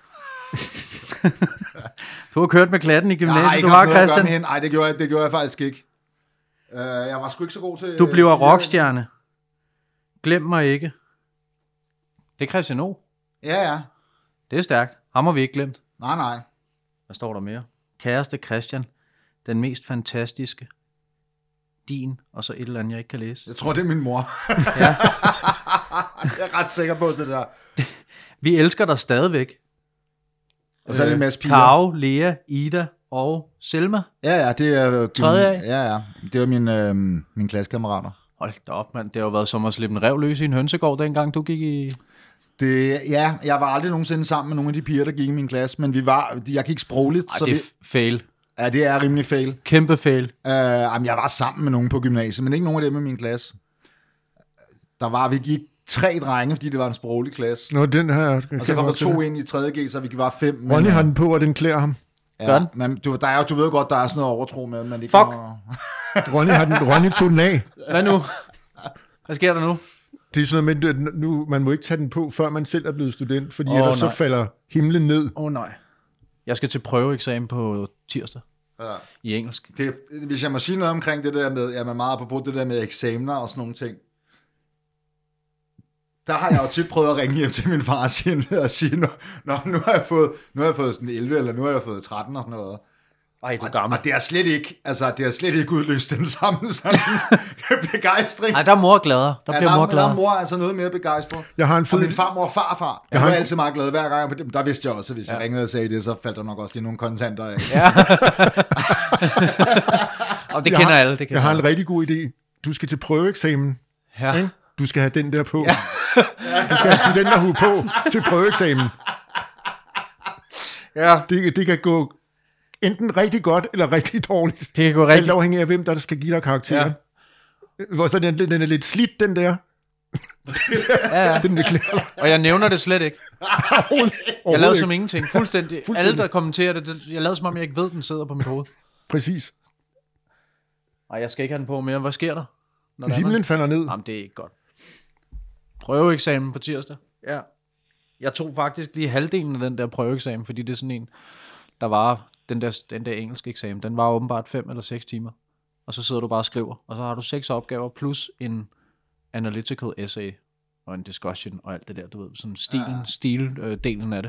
Du har kørt med klatten i gymnasiet, jeg du har, Christian. Nej, det gjorde jeg faktisk ikke. Jeg var sgu ikke så god til... Du bliver rockstjerne. Glem mig ikke. Det er Christian O. Ja. Det er stærkt. Ham har vi ikke glemt. Nej. Hvad står der mere? Kæreste Christian. Den mest fantastiske. Din. Og så et eller andet, jeg ikke kan læse. Jeg tror, det er min mor. Ja. Jeg er ret sikker på det der. Vi elsker dig stadigvæk. Og så er det en masse piger. Karo, Lea, Ida og Selma. Ja, det er... Tredje af. Ja. Det var mine klassekammerater. Hold da op, mand. Det har jo været som at slippe en rev løs i en hønsegård, dengang du gik i... Jeg var aldrig nogensinde sammen med nogle af de piger, der gik i min klasse, men jeg gik sprogligt. Ej, så det er fail. Ja, det er rimelig fail. Kæmpe fail. Jeg var sammen med nogen på gymnasiet, men ikke nogen af dem i min klasse. Vi gik 3 drenge, fordi det var en sproglig klasse. Nå, den her... Og så kom der 2 ind i 3.G, så vi var 5. Ronny har den på, og den klæder ham. Ja, men du ved godt, der er sådan noget overtro med, men det fuck! Ronny tog den af. Hvad nu? Hvad sker der nu? Det er sådan noget med, nu, man må ikke tage den på, før man selv er blevet student, fordi ellers så falder himlen ned. Nej. Jeg skal til prøveeksamen på tirsdag i engelsk. Hvis jeg må sige noget omkring det der med, man meget apropos det der med eksamener og sådan nogle ting, der har jeg jo tit prøvet at ringe hjem til min far og sige, nu har jeg fået sådan 11, eller nu har jeg fået 13 og sådan noget. Ej, du er gammel. Og det er slet ikke udløst den samme sådan begejstring. Nej, der er mor gladere. Der bliver mor gladere. Der er mor altså noget mere begejstret. Jeg har en fed... Og min farmor og farfar. Jeg var altid meget glad hver gang på dem. Der vidste jeg også, at hvis jeg ringede og sagde det, så faldt der nok også lige nogle kontanter af. Ja. Og det kender alle. Jeg har en rigtig god idé. Du skal til prøveeksamen. Ja. Ikke? Du skal have den der på. Ja. Du skal have studenterhue på til prøveeksamen. Ja. Det kan gå enten rigtig godt eller rigtig dårligt. Det kan gå rigtig... Alt afhængig af, hvem der skal give dig karakteren. Ja. Den er lidt slidt, den der. Ja. Den og jeg nævner det slet ikke. Jeg lavede som ingenting. Fuldstændig. Alle, der kommenterer det, jeg lavede som om, jeg ikke ved, den sidder på mit hoved. Præcis. Nej, jeg skal ikke have den på mere. Hvad sker der? Himlen falder ned. Jamen, det er ikke godt. Prøveeksamen på tirsdag. Ja. Jeg tog faktisk lige halvdelen af den der prøveeksamen, fordi det er sådan en, der var den der engelske eksamen. Den var åbenbart 5 eller 6 timer. Og så sidder du bare og skriver. Og så har du 6 opgaver plus en analytical essay og en discussion og alt det der, du ved, sådan stildelen af det.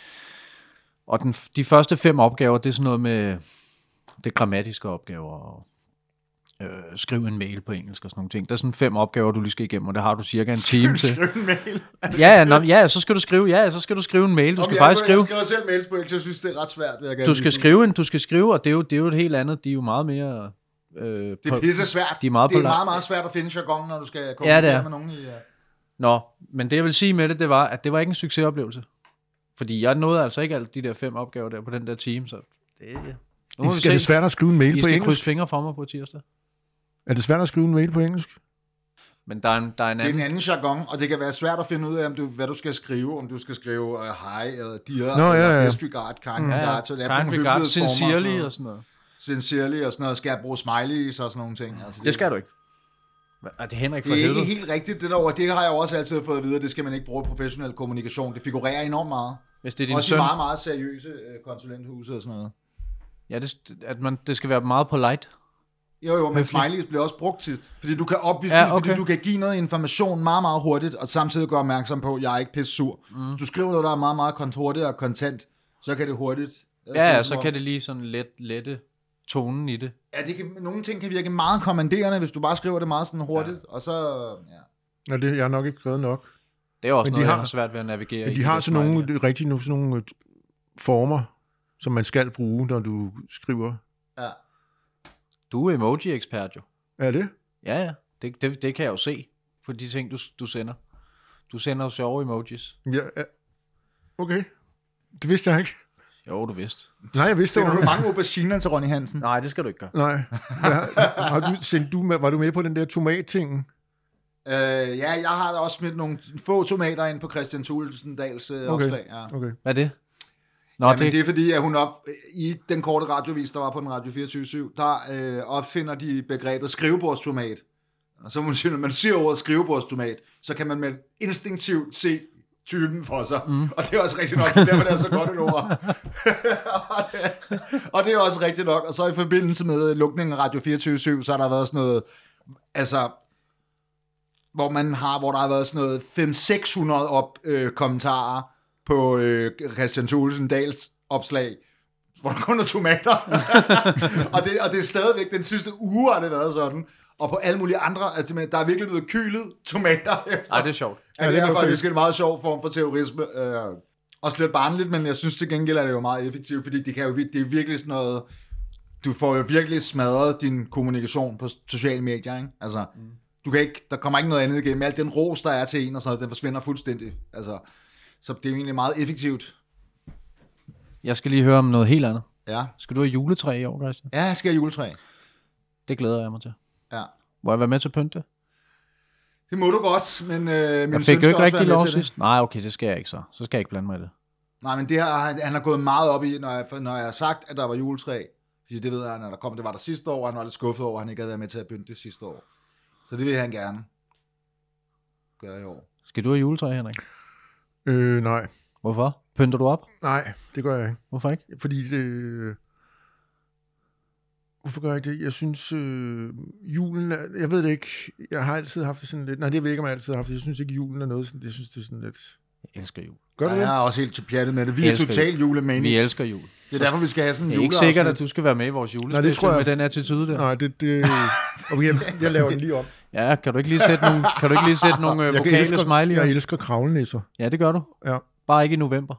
Og de første 5 opgaver, det er sådan noget med det grammatiske opgaver og skrive en mail på engelsk og sådan nogle ting. Der er sådan 5 opgaver, du lige skal igennem, og der har du cirka en time til. Skrive en mail? Så skal du skrive en mail. Du skal faktisk skrive. Jeg skriver selv mails på engelsk, jeg synes, det er ret svært. Du skal skrive, og det er jo et helt andet. De er jo meget mere... det er pisse svært. Det er meget, meget svært at finde jargon, når du skal kommunikere med nogen i... Nå, men det jeg vil sige med det var, at det var ikke en succesoplevelse. Fordi jeg nåede altså ikke alle de der 5 opgaver der på den der time, så det... Skal det svært at skrive en mail på engelsk? I skal krydse fingre for mig på tirsdag. Er det svært at skrive en mail på engelsk? Men der er en anden... Det er en anden jargon, og det kan være svært at finde ud af, hvad du skal skrive. Om du skal skrive hej, eller dear, eller best regard, kind regard. Så det er kind regard, sincerely og sådan noget. Sincerely og sådan noget. Skal jeg bruge smileys og sådan nogle ting? Altså, det skal du ikke. Er det Henrik for helvede? helvede? Det er ikke helt rigtigt. Det har jeg jo også altid fået at vide, at det skal man ikke bruge i professionel kommunikation. Det figurerer enormt meget. Hvis det er din også søn... i meget, meget seriøse konsulenthuse og sådan noget. Ja, det skal være meget polite. Jo, men smileys bliver også brugt tit, fordi du kan fordi du kan give noget information meget, meget hurtigt, og samtidig gøre opmærksom på, at jeg er ikke pisse sur. Du skriver noget, der er meget, meget hurtigt og kontant, så kan det hurtigt. Så kan det lige sådan lette tonen i det. Ja, nogle ting kan virke meget kommanderende, hvis du bare skriver det meget sådan hurtigt, og så... Ja, det jeg har nok ikke skrevet nok. Det er også noget, jeg har svært ved at navigere i. Men de har sådan nogle former, som man skal bruge, når du skriver. Ja. Du er emoji-ekspert jo. Er det? Ja. Det kan jeg jo se på de ting, du sender. Du sender jo sjove emojis. Ja, okay. Det vidste jeg ikke. Jo, du vidste. Nej, jeg vidste. Sender du mange auberginer til Ronny Hansen? Nej, det skal du ikke gøre. Nej. Var du med på den der tomat-ting? Ja, jeg har også smidt nogle få tomater ind på Christian Thulesen-Dahls opslag. Ja. Okay. Hvad er det? Men det er fordi, at hun i den korte radiovis, der var på den Radio 24/7, der opfinder de begrebet skrivebordstomat. Og så når man siger ordet skrivebordstomat, så kan man med instinktivt se typen for sig. Og det er også rigtigt nok, derfor det er så godt et ord. Og det er også rigtigt nok. Og så i forbindelse med lukningen af Radio 24/7, så har der været sådan noget, altså, hvor der har været sådan noget 500-600 kommentarer på Christian Thulesen Dahls opslag, hvor der kun er tomater. og det er stadigvæk, den sidste uge har det været sådan. Og på alle mulige andre, altså, der er virkelig blevet kylet tomater efter. Ej, det er sjovt. Ja, det er faktisk en meget sjov form for terrorisme. Også lidt barnligt, men jeg synes til gengæld, er det jo meget effektivt, fordi det er virkelig sådan noget, du får jo virkelig smadret din kommunikation på sociale medier, ikke? Altså, du kan ikke, der kommer ikke noget andet igennem. Alt den ros, der er til en og sådan noget, den forsvinder fuldstændig. Altså, så det er jo egentlig meget effektivt. Jeg skal lige høre om noget helt andet. Ja. Skal du have juletræ i år, Christian? Ja, jeg skal have juletræ. Det glæder jeg mig til. Ja. Må jeg være med til at pynte? Det må du godt, men min jeg fik jo ikke rigtig lov sidst. Nej, okay, det skal jeg ikke så. Så skal jeg ikke blande mig i det. Nej, men det han har gået meget op i, når jeg har sagt, at der var juletræ. Fordi det ved jeg, når der kom, det var der sidste år, og han var lidt skuffet over, at han ikke havde været med til at pynte det sidste år. Så det vil han gerne gøre i år. Skal du have juletræ, Henrik? Nej. Hvorfor? Pynter du op? Nej, det gør jeg ikke. Hvorfor ikke? Fordi hvorfor gør jeg ikke det? Jeg synes, julen er... Jeg ved det ikke. Jeg har altid haft det sådan lidt... Nej, det ved jeg ikke, om jeg altid har haft det. Jeg synes ikke, julen er noget sådan... Jeg synes, det er sådan lidt... Jeg elsker jul. Gør du det? Jeg er også helt pjattet med det. Vi er totalt julemanics. Vi elsker jul. Det er derfor, vi skal have sådan en juleafsnit. Det er ikke sikkert, at du skal være med i vores julespecial. Det tror jeg med den attitude der. Nej, okay, jeg laver den lige om. Ja, kan du ikke lige sætte nogle vokale smiley? Jeg elsker kravlenisser. Ja, det gør du. Ja. Bare ikke i november.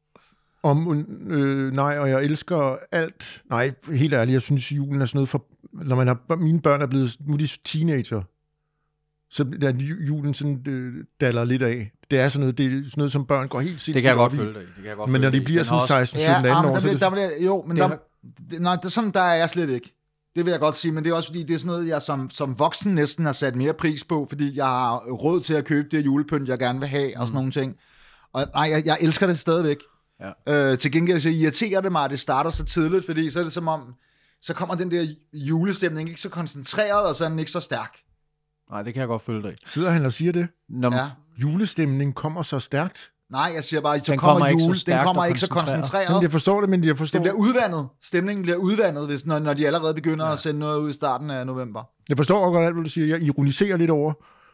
Nej, og jeg elsker alt. Nej, helt ærligt, jeg synes, julen er sådan noget for... Når mine børn er blevet... Nu er de teenager. Så der julen sådan daller lidt af. Det er sådan noget, som børn går helt sindssygt. Det kan jeg godt følge dig. Men når de bliver sådan 16, 17, 18 år, så sådan der er jeg slet ikke. Det vil jeg godt sige, men det er også fordi, det er sådan noget, jeg som voksen næsten har sat mere pris på, fordi jeg har råd til at købe det julepynt, jeg gerne vil have, og sådan nogle ting. Og nej, jeg elsker det stadigvæk. Ja. Til gengæld så irriterer det mig, at det starter så tidligt, fordi så er det som om, så kommer den der julestemning ikke så koncentreret, og så er den ikke så stærk. Nej, det kan jeg godt følge dig. Sidder han og siger det? Ja. Julestemningen kommer så stærkt? Nej, jeg siger bare, så kommer jule, den kommer ikke så koncentreret. Jamen, jeg forstår det, men jeg forstår... Det bliver udvandet. Stemningen bliver udvandet, hvis, når de allerede begynder at sende noget ud i starten af november. Jeg forstår godt alt, hvad du siger. Jeg ironiserer lidt over,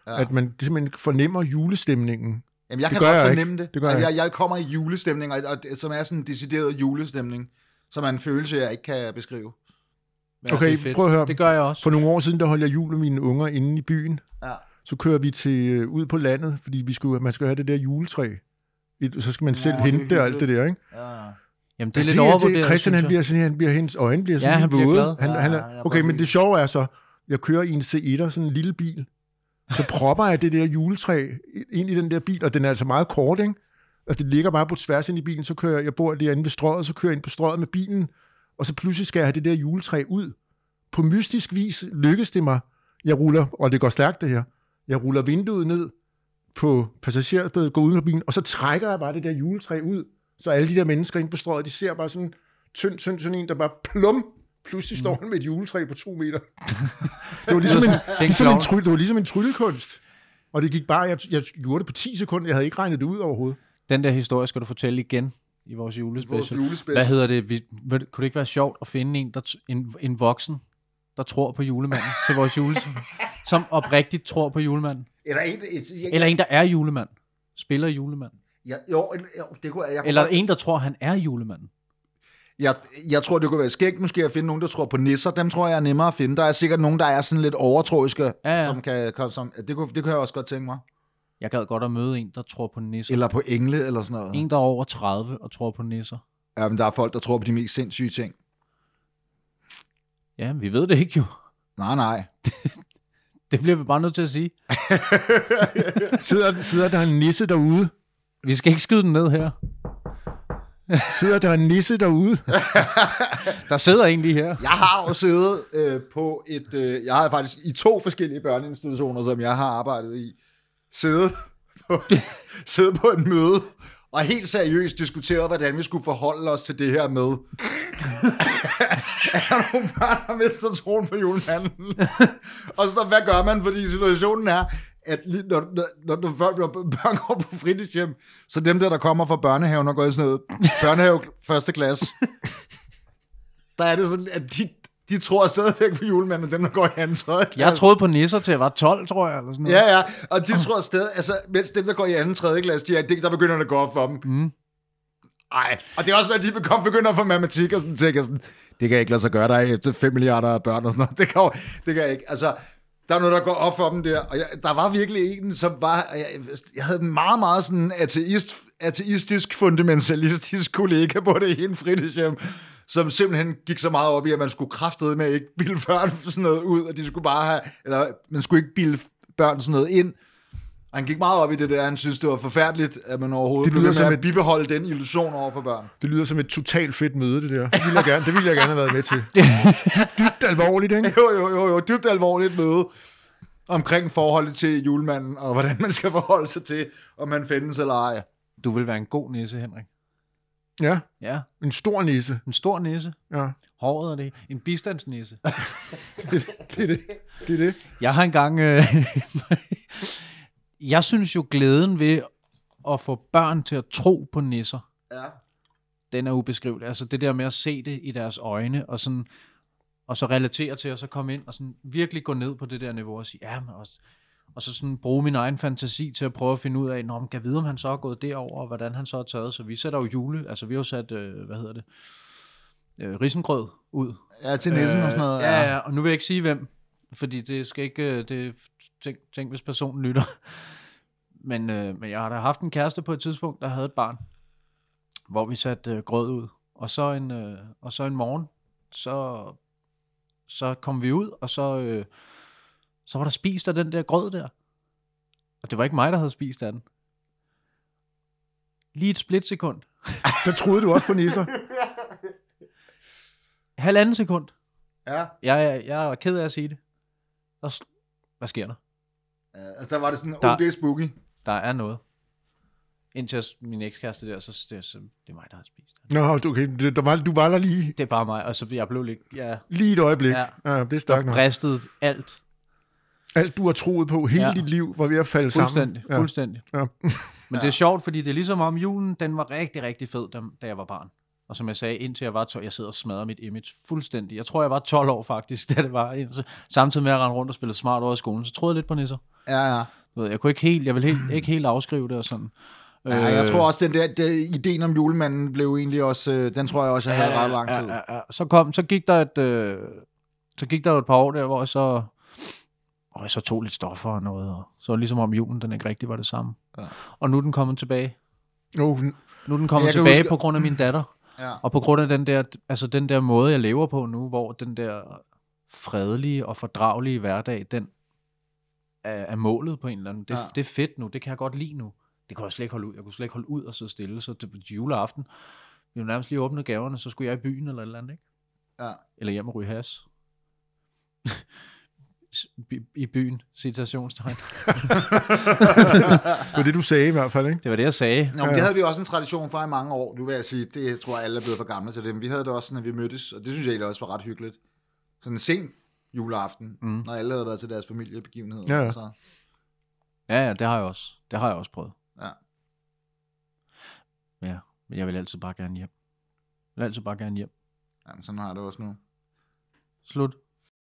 At man simpelthen fornemmer julestemningen. Jamen, jeg Det kan gør godt jeg fornemme ikke. det. Jeg kommer i julestemning, som er sådan en decideret julestemning, som er en følelse, jeg ikke kan beskrive. Ja, Okay, det er fedt. prøv at høre. Det gør jeg også. For nogle år siden, der holdt jeg jul med mine unger inde i byen. Ja. Så kører vi ud på landet, fordi man skal have det der juletræ. Så skal man selv hente det og alt det der, ikke? Ja. Jamen, det er lidt overvurderet, Christian, synes jeg. han bliver hendes øjne bliver sådan Ja, han bliver våde. glad. Okay, men det sjove er så, jeg kører i en C1'er, sådan en lille bil, så propper jeg det der juletræ ind i den der bil, og den er altså meget kort, ikke? Og det ligger bare på tværs ind i bilen, så kører jeg bor derinde ved strøget, så kører jeg ind på strøget med bilen, og så pludselig skal jeg have det der juletræ ud. På mystisk vis lykkes det mig. Jeg ruller, og det går stærkt det her, jeg ruller vinduet ned på passagerbædet, går uden for bilen, og så trækker jeg bare det der juletræ ud, så alle de der mennesker inde på strøget, de ser bare sådan tynd en, der bare pludselig står med et juletræ på 2 meter. Det var ligesom en tryllekunst. Og det gik bare, jeg gjorde det på 10 sekunder, jeg havde ikke regnet det ud overhovedet. Den der historie skal du fortælle igen i vores julespecial. Hvad hedder det? Kunne det ikke være sjovt at finde en voksen, der tror på julemanden til vores som oprigtigt tror på julemanden? Eller en, der er julemand. Spiller julemand. Ja, det kunne jeg. Eller en, der tror, han er julemanden. Jeg tror, det kunne være skægt måske at finde nogen, der tror på nisser. Dem tror jeg er nemmere at finde. Der er sikkert nogen, der er sådan lidt overtroiske, som kan... Det kunne jeg også godt tænke mig. Jeg gad godt at møde en, der tror på nisser. Eller på engle, eller sådan noget. En, der er over 30 og tror på nisser. Ja, men der er folk, der tror på de mest sindssyge ting. Ja, vi ved det ikke jo. Nej. Det bliver vi bare nødt til at sige. Sidder der en nisse derude? Vi skal ikke skyde den ned her. Sidder der en nisse derude? Der sidder en lige her. Jeg har jo siddet på jeg har faktisk i 2 forskellige børneinstitutioner, som jeg har arbejdet i, siddet på et møde, og helt seriøst diskuteret, hvordan vi skulle forholde os til det her med, er der nogle børn, der mister troen på julemanden? Og så hvad gør man? Fordi situationen er, at når børn går på fritidshjem, så dem der kommer fra børnehaven og går i sådan noget børnehave 1. klasse, der er det sådan, at de tror stadigvæk på julemanden, og dem der går i 2. klasse. Jeg troede på nisser til jeg var 12, tror jeg, eller sådan noget. Ja, og de tror stadig, altså, mens dem der går i 2. 3. klasse, der begynder det at gå op for dem. Ej, og det er også, at de begynder for matematik og sådan tænker sådan, det kan jeg ikke lade sig gøre, der er efter 5 milliarder af børn og sådan noget. Det kan jeg ikke. Altså, der er noget, der går op for dem der, og der var virkelig en, som var, jeg havde en meget, meget sådan ateistisk, fundamentalistisk kollega på det ene fritidshjem, som simpelthen gik så meget op i, at man skulle kraftede med ikke bilde børn sådan noget ud, og de skulle bare have, eller man skulle ikke bilde børn sådan noget ind. Og han gik meget op i det der, han synes, det var forfærdeligt, at man overhovedet blev med at bibeholde den illusion over for børn. Det lyder som et totalt fedt møde, det der. Det ville jeg gerne have været med til. Dybt alvorligt, ikke? Jo, dybt alvorligt møde omkring forholdet til julemanden, og hvordan man skal forholde sig til, om man findes eller ej. Du vil være en god nisse, Henrik. Ja. En stor nisse. En stor nisse. Ja. Håret er det. En bistandsnisse. Det er det. Jeg har engang... Jeg synes jo, glæden ved at få børn til at tro på nisser, den er ubeskrivelig. Altså det der med at se det i deres øjne, og så relatere til, og så komme ind og sådan virkelig gå ned på det der niveau og sige, ja, men også, og så sådan bruge min egen fantasi til at prøve at finde ud af, når man kan vide, om han så er gået derover, og hvordan han så er taget. Så vi sætter jo altså vi har jo sat, risengrød ud. Ja, til nissen og sådan noget. Ja, og nu vil jeg ikke sige hvem, fordi det skal ikke, tænk hvis personen lytter. Men jeg har da haft en kæreste på et tidspunkt, der havde et barn, hvor vi satte grød ud, og så en morgen, så kom vi ud, og så var der spist af den der grød der. Og det var ikke mig, der havde spist af den. Lige et splitsekund. Der troede du også på nisser. 1,5 sekund. Ja. Jeg er ked af at sige det. Hvad sker der? Altså der var det sådan, det er spooky. Der er noget. Indtil min ekskæreste der, så det er mig, der har spist. Nå, okay, du var der lige. Det er bare mig, og så jeg blev lidt... Ja. Lige et øjeblik. Ja, det er stærkt nok. Bristede alt. Alt du har troet på hele dit liv var ved at falde sammen. Fuldstændig. Ja. Men det er sjovt, fordi det er ligesom om julen, den var rigtig, rigtig fed, da jeg var barn. Og som jeg sagde, indtil jeg var 12, jeg sidder og smadrer mit image fuldstændig. Jeg tror, jeg var 12 år faktisk, da det var. Samtidig med at rende rundt og spille smart over i skolen, så troede jeg lidt på nisser. Ja. Jeg vil ikke helt afskrive det og sådan. Ja, jeg tror også, den der ideen om julemanden blev egentlig også, den tror jeg også, jeg havde ret lang tid. Ja. Så gik der et par år der, hvor jeg så tog lidt stoffer og noget, og så ligesom om julen, den ikke rigtig var det samme. Ja. Og nu er den kommet tilbage. Nu er den kommet tilbage på grund af min datter. Ja. Og på grund af den der måde, jeg lever på nu, hvor den der fredelige og fordragelige hverdag, den er målet på en eller anden. Det er fedt nu, det kan jeg godt lide nu. Det kunne jeg slet ikke holde ud. Jeg kunne slet ikke holde ud og sidde stille. Så til juleaften, vi jo nærmest lige åbnet gaverne, så skulle jeg i byen eller et eller andet, ikke? Ja. Eller hjem og ryge has. I byen, citationstegn. Det var det, du sagde i hvert fald, ikke? Det var det, jeg sagde. Nå, men det havde vi også en tradition for i mange år. Nu vil jeg sige, det tror jeg, alle er blevet for gamle til det. Men vi havde det også, når vi mødtes, og det synes jeg egentlig også var ret hyggeligt. Sådan en sen juleaften, når alle havde været til deres familiebegivenheder. Ja. Så. Ja, det har jeg også. Det har jeg også prøvet. Ja. Ja, men jeg vil altid bare gerne hjem. Ja, men sådan har jeg det også nu. Slut.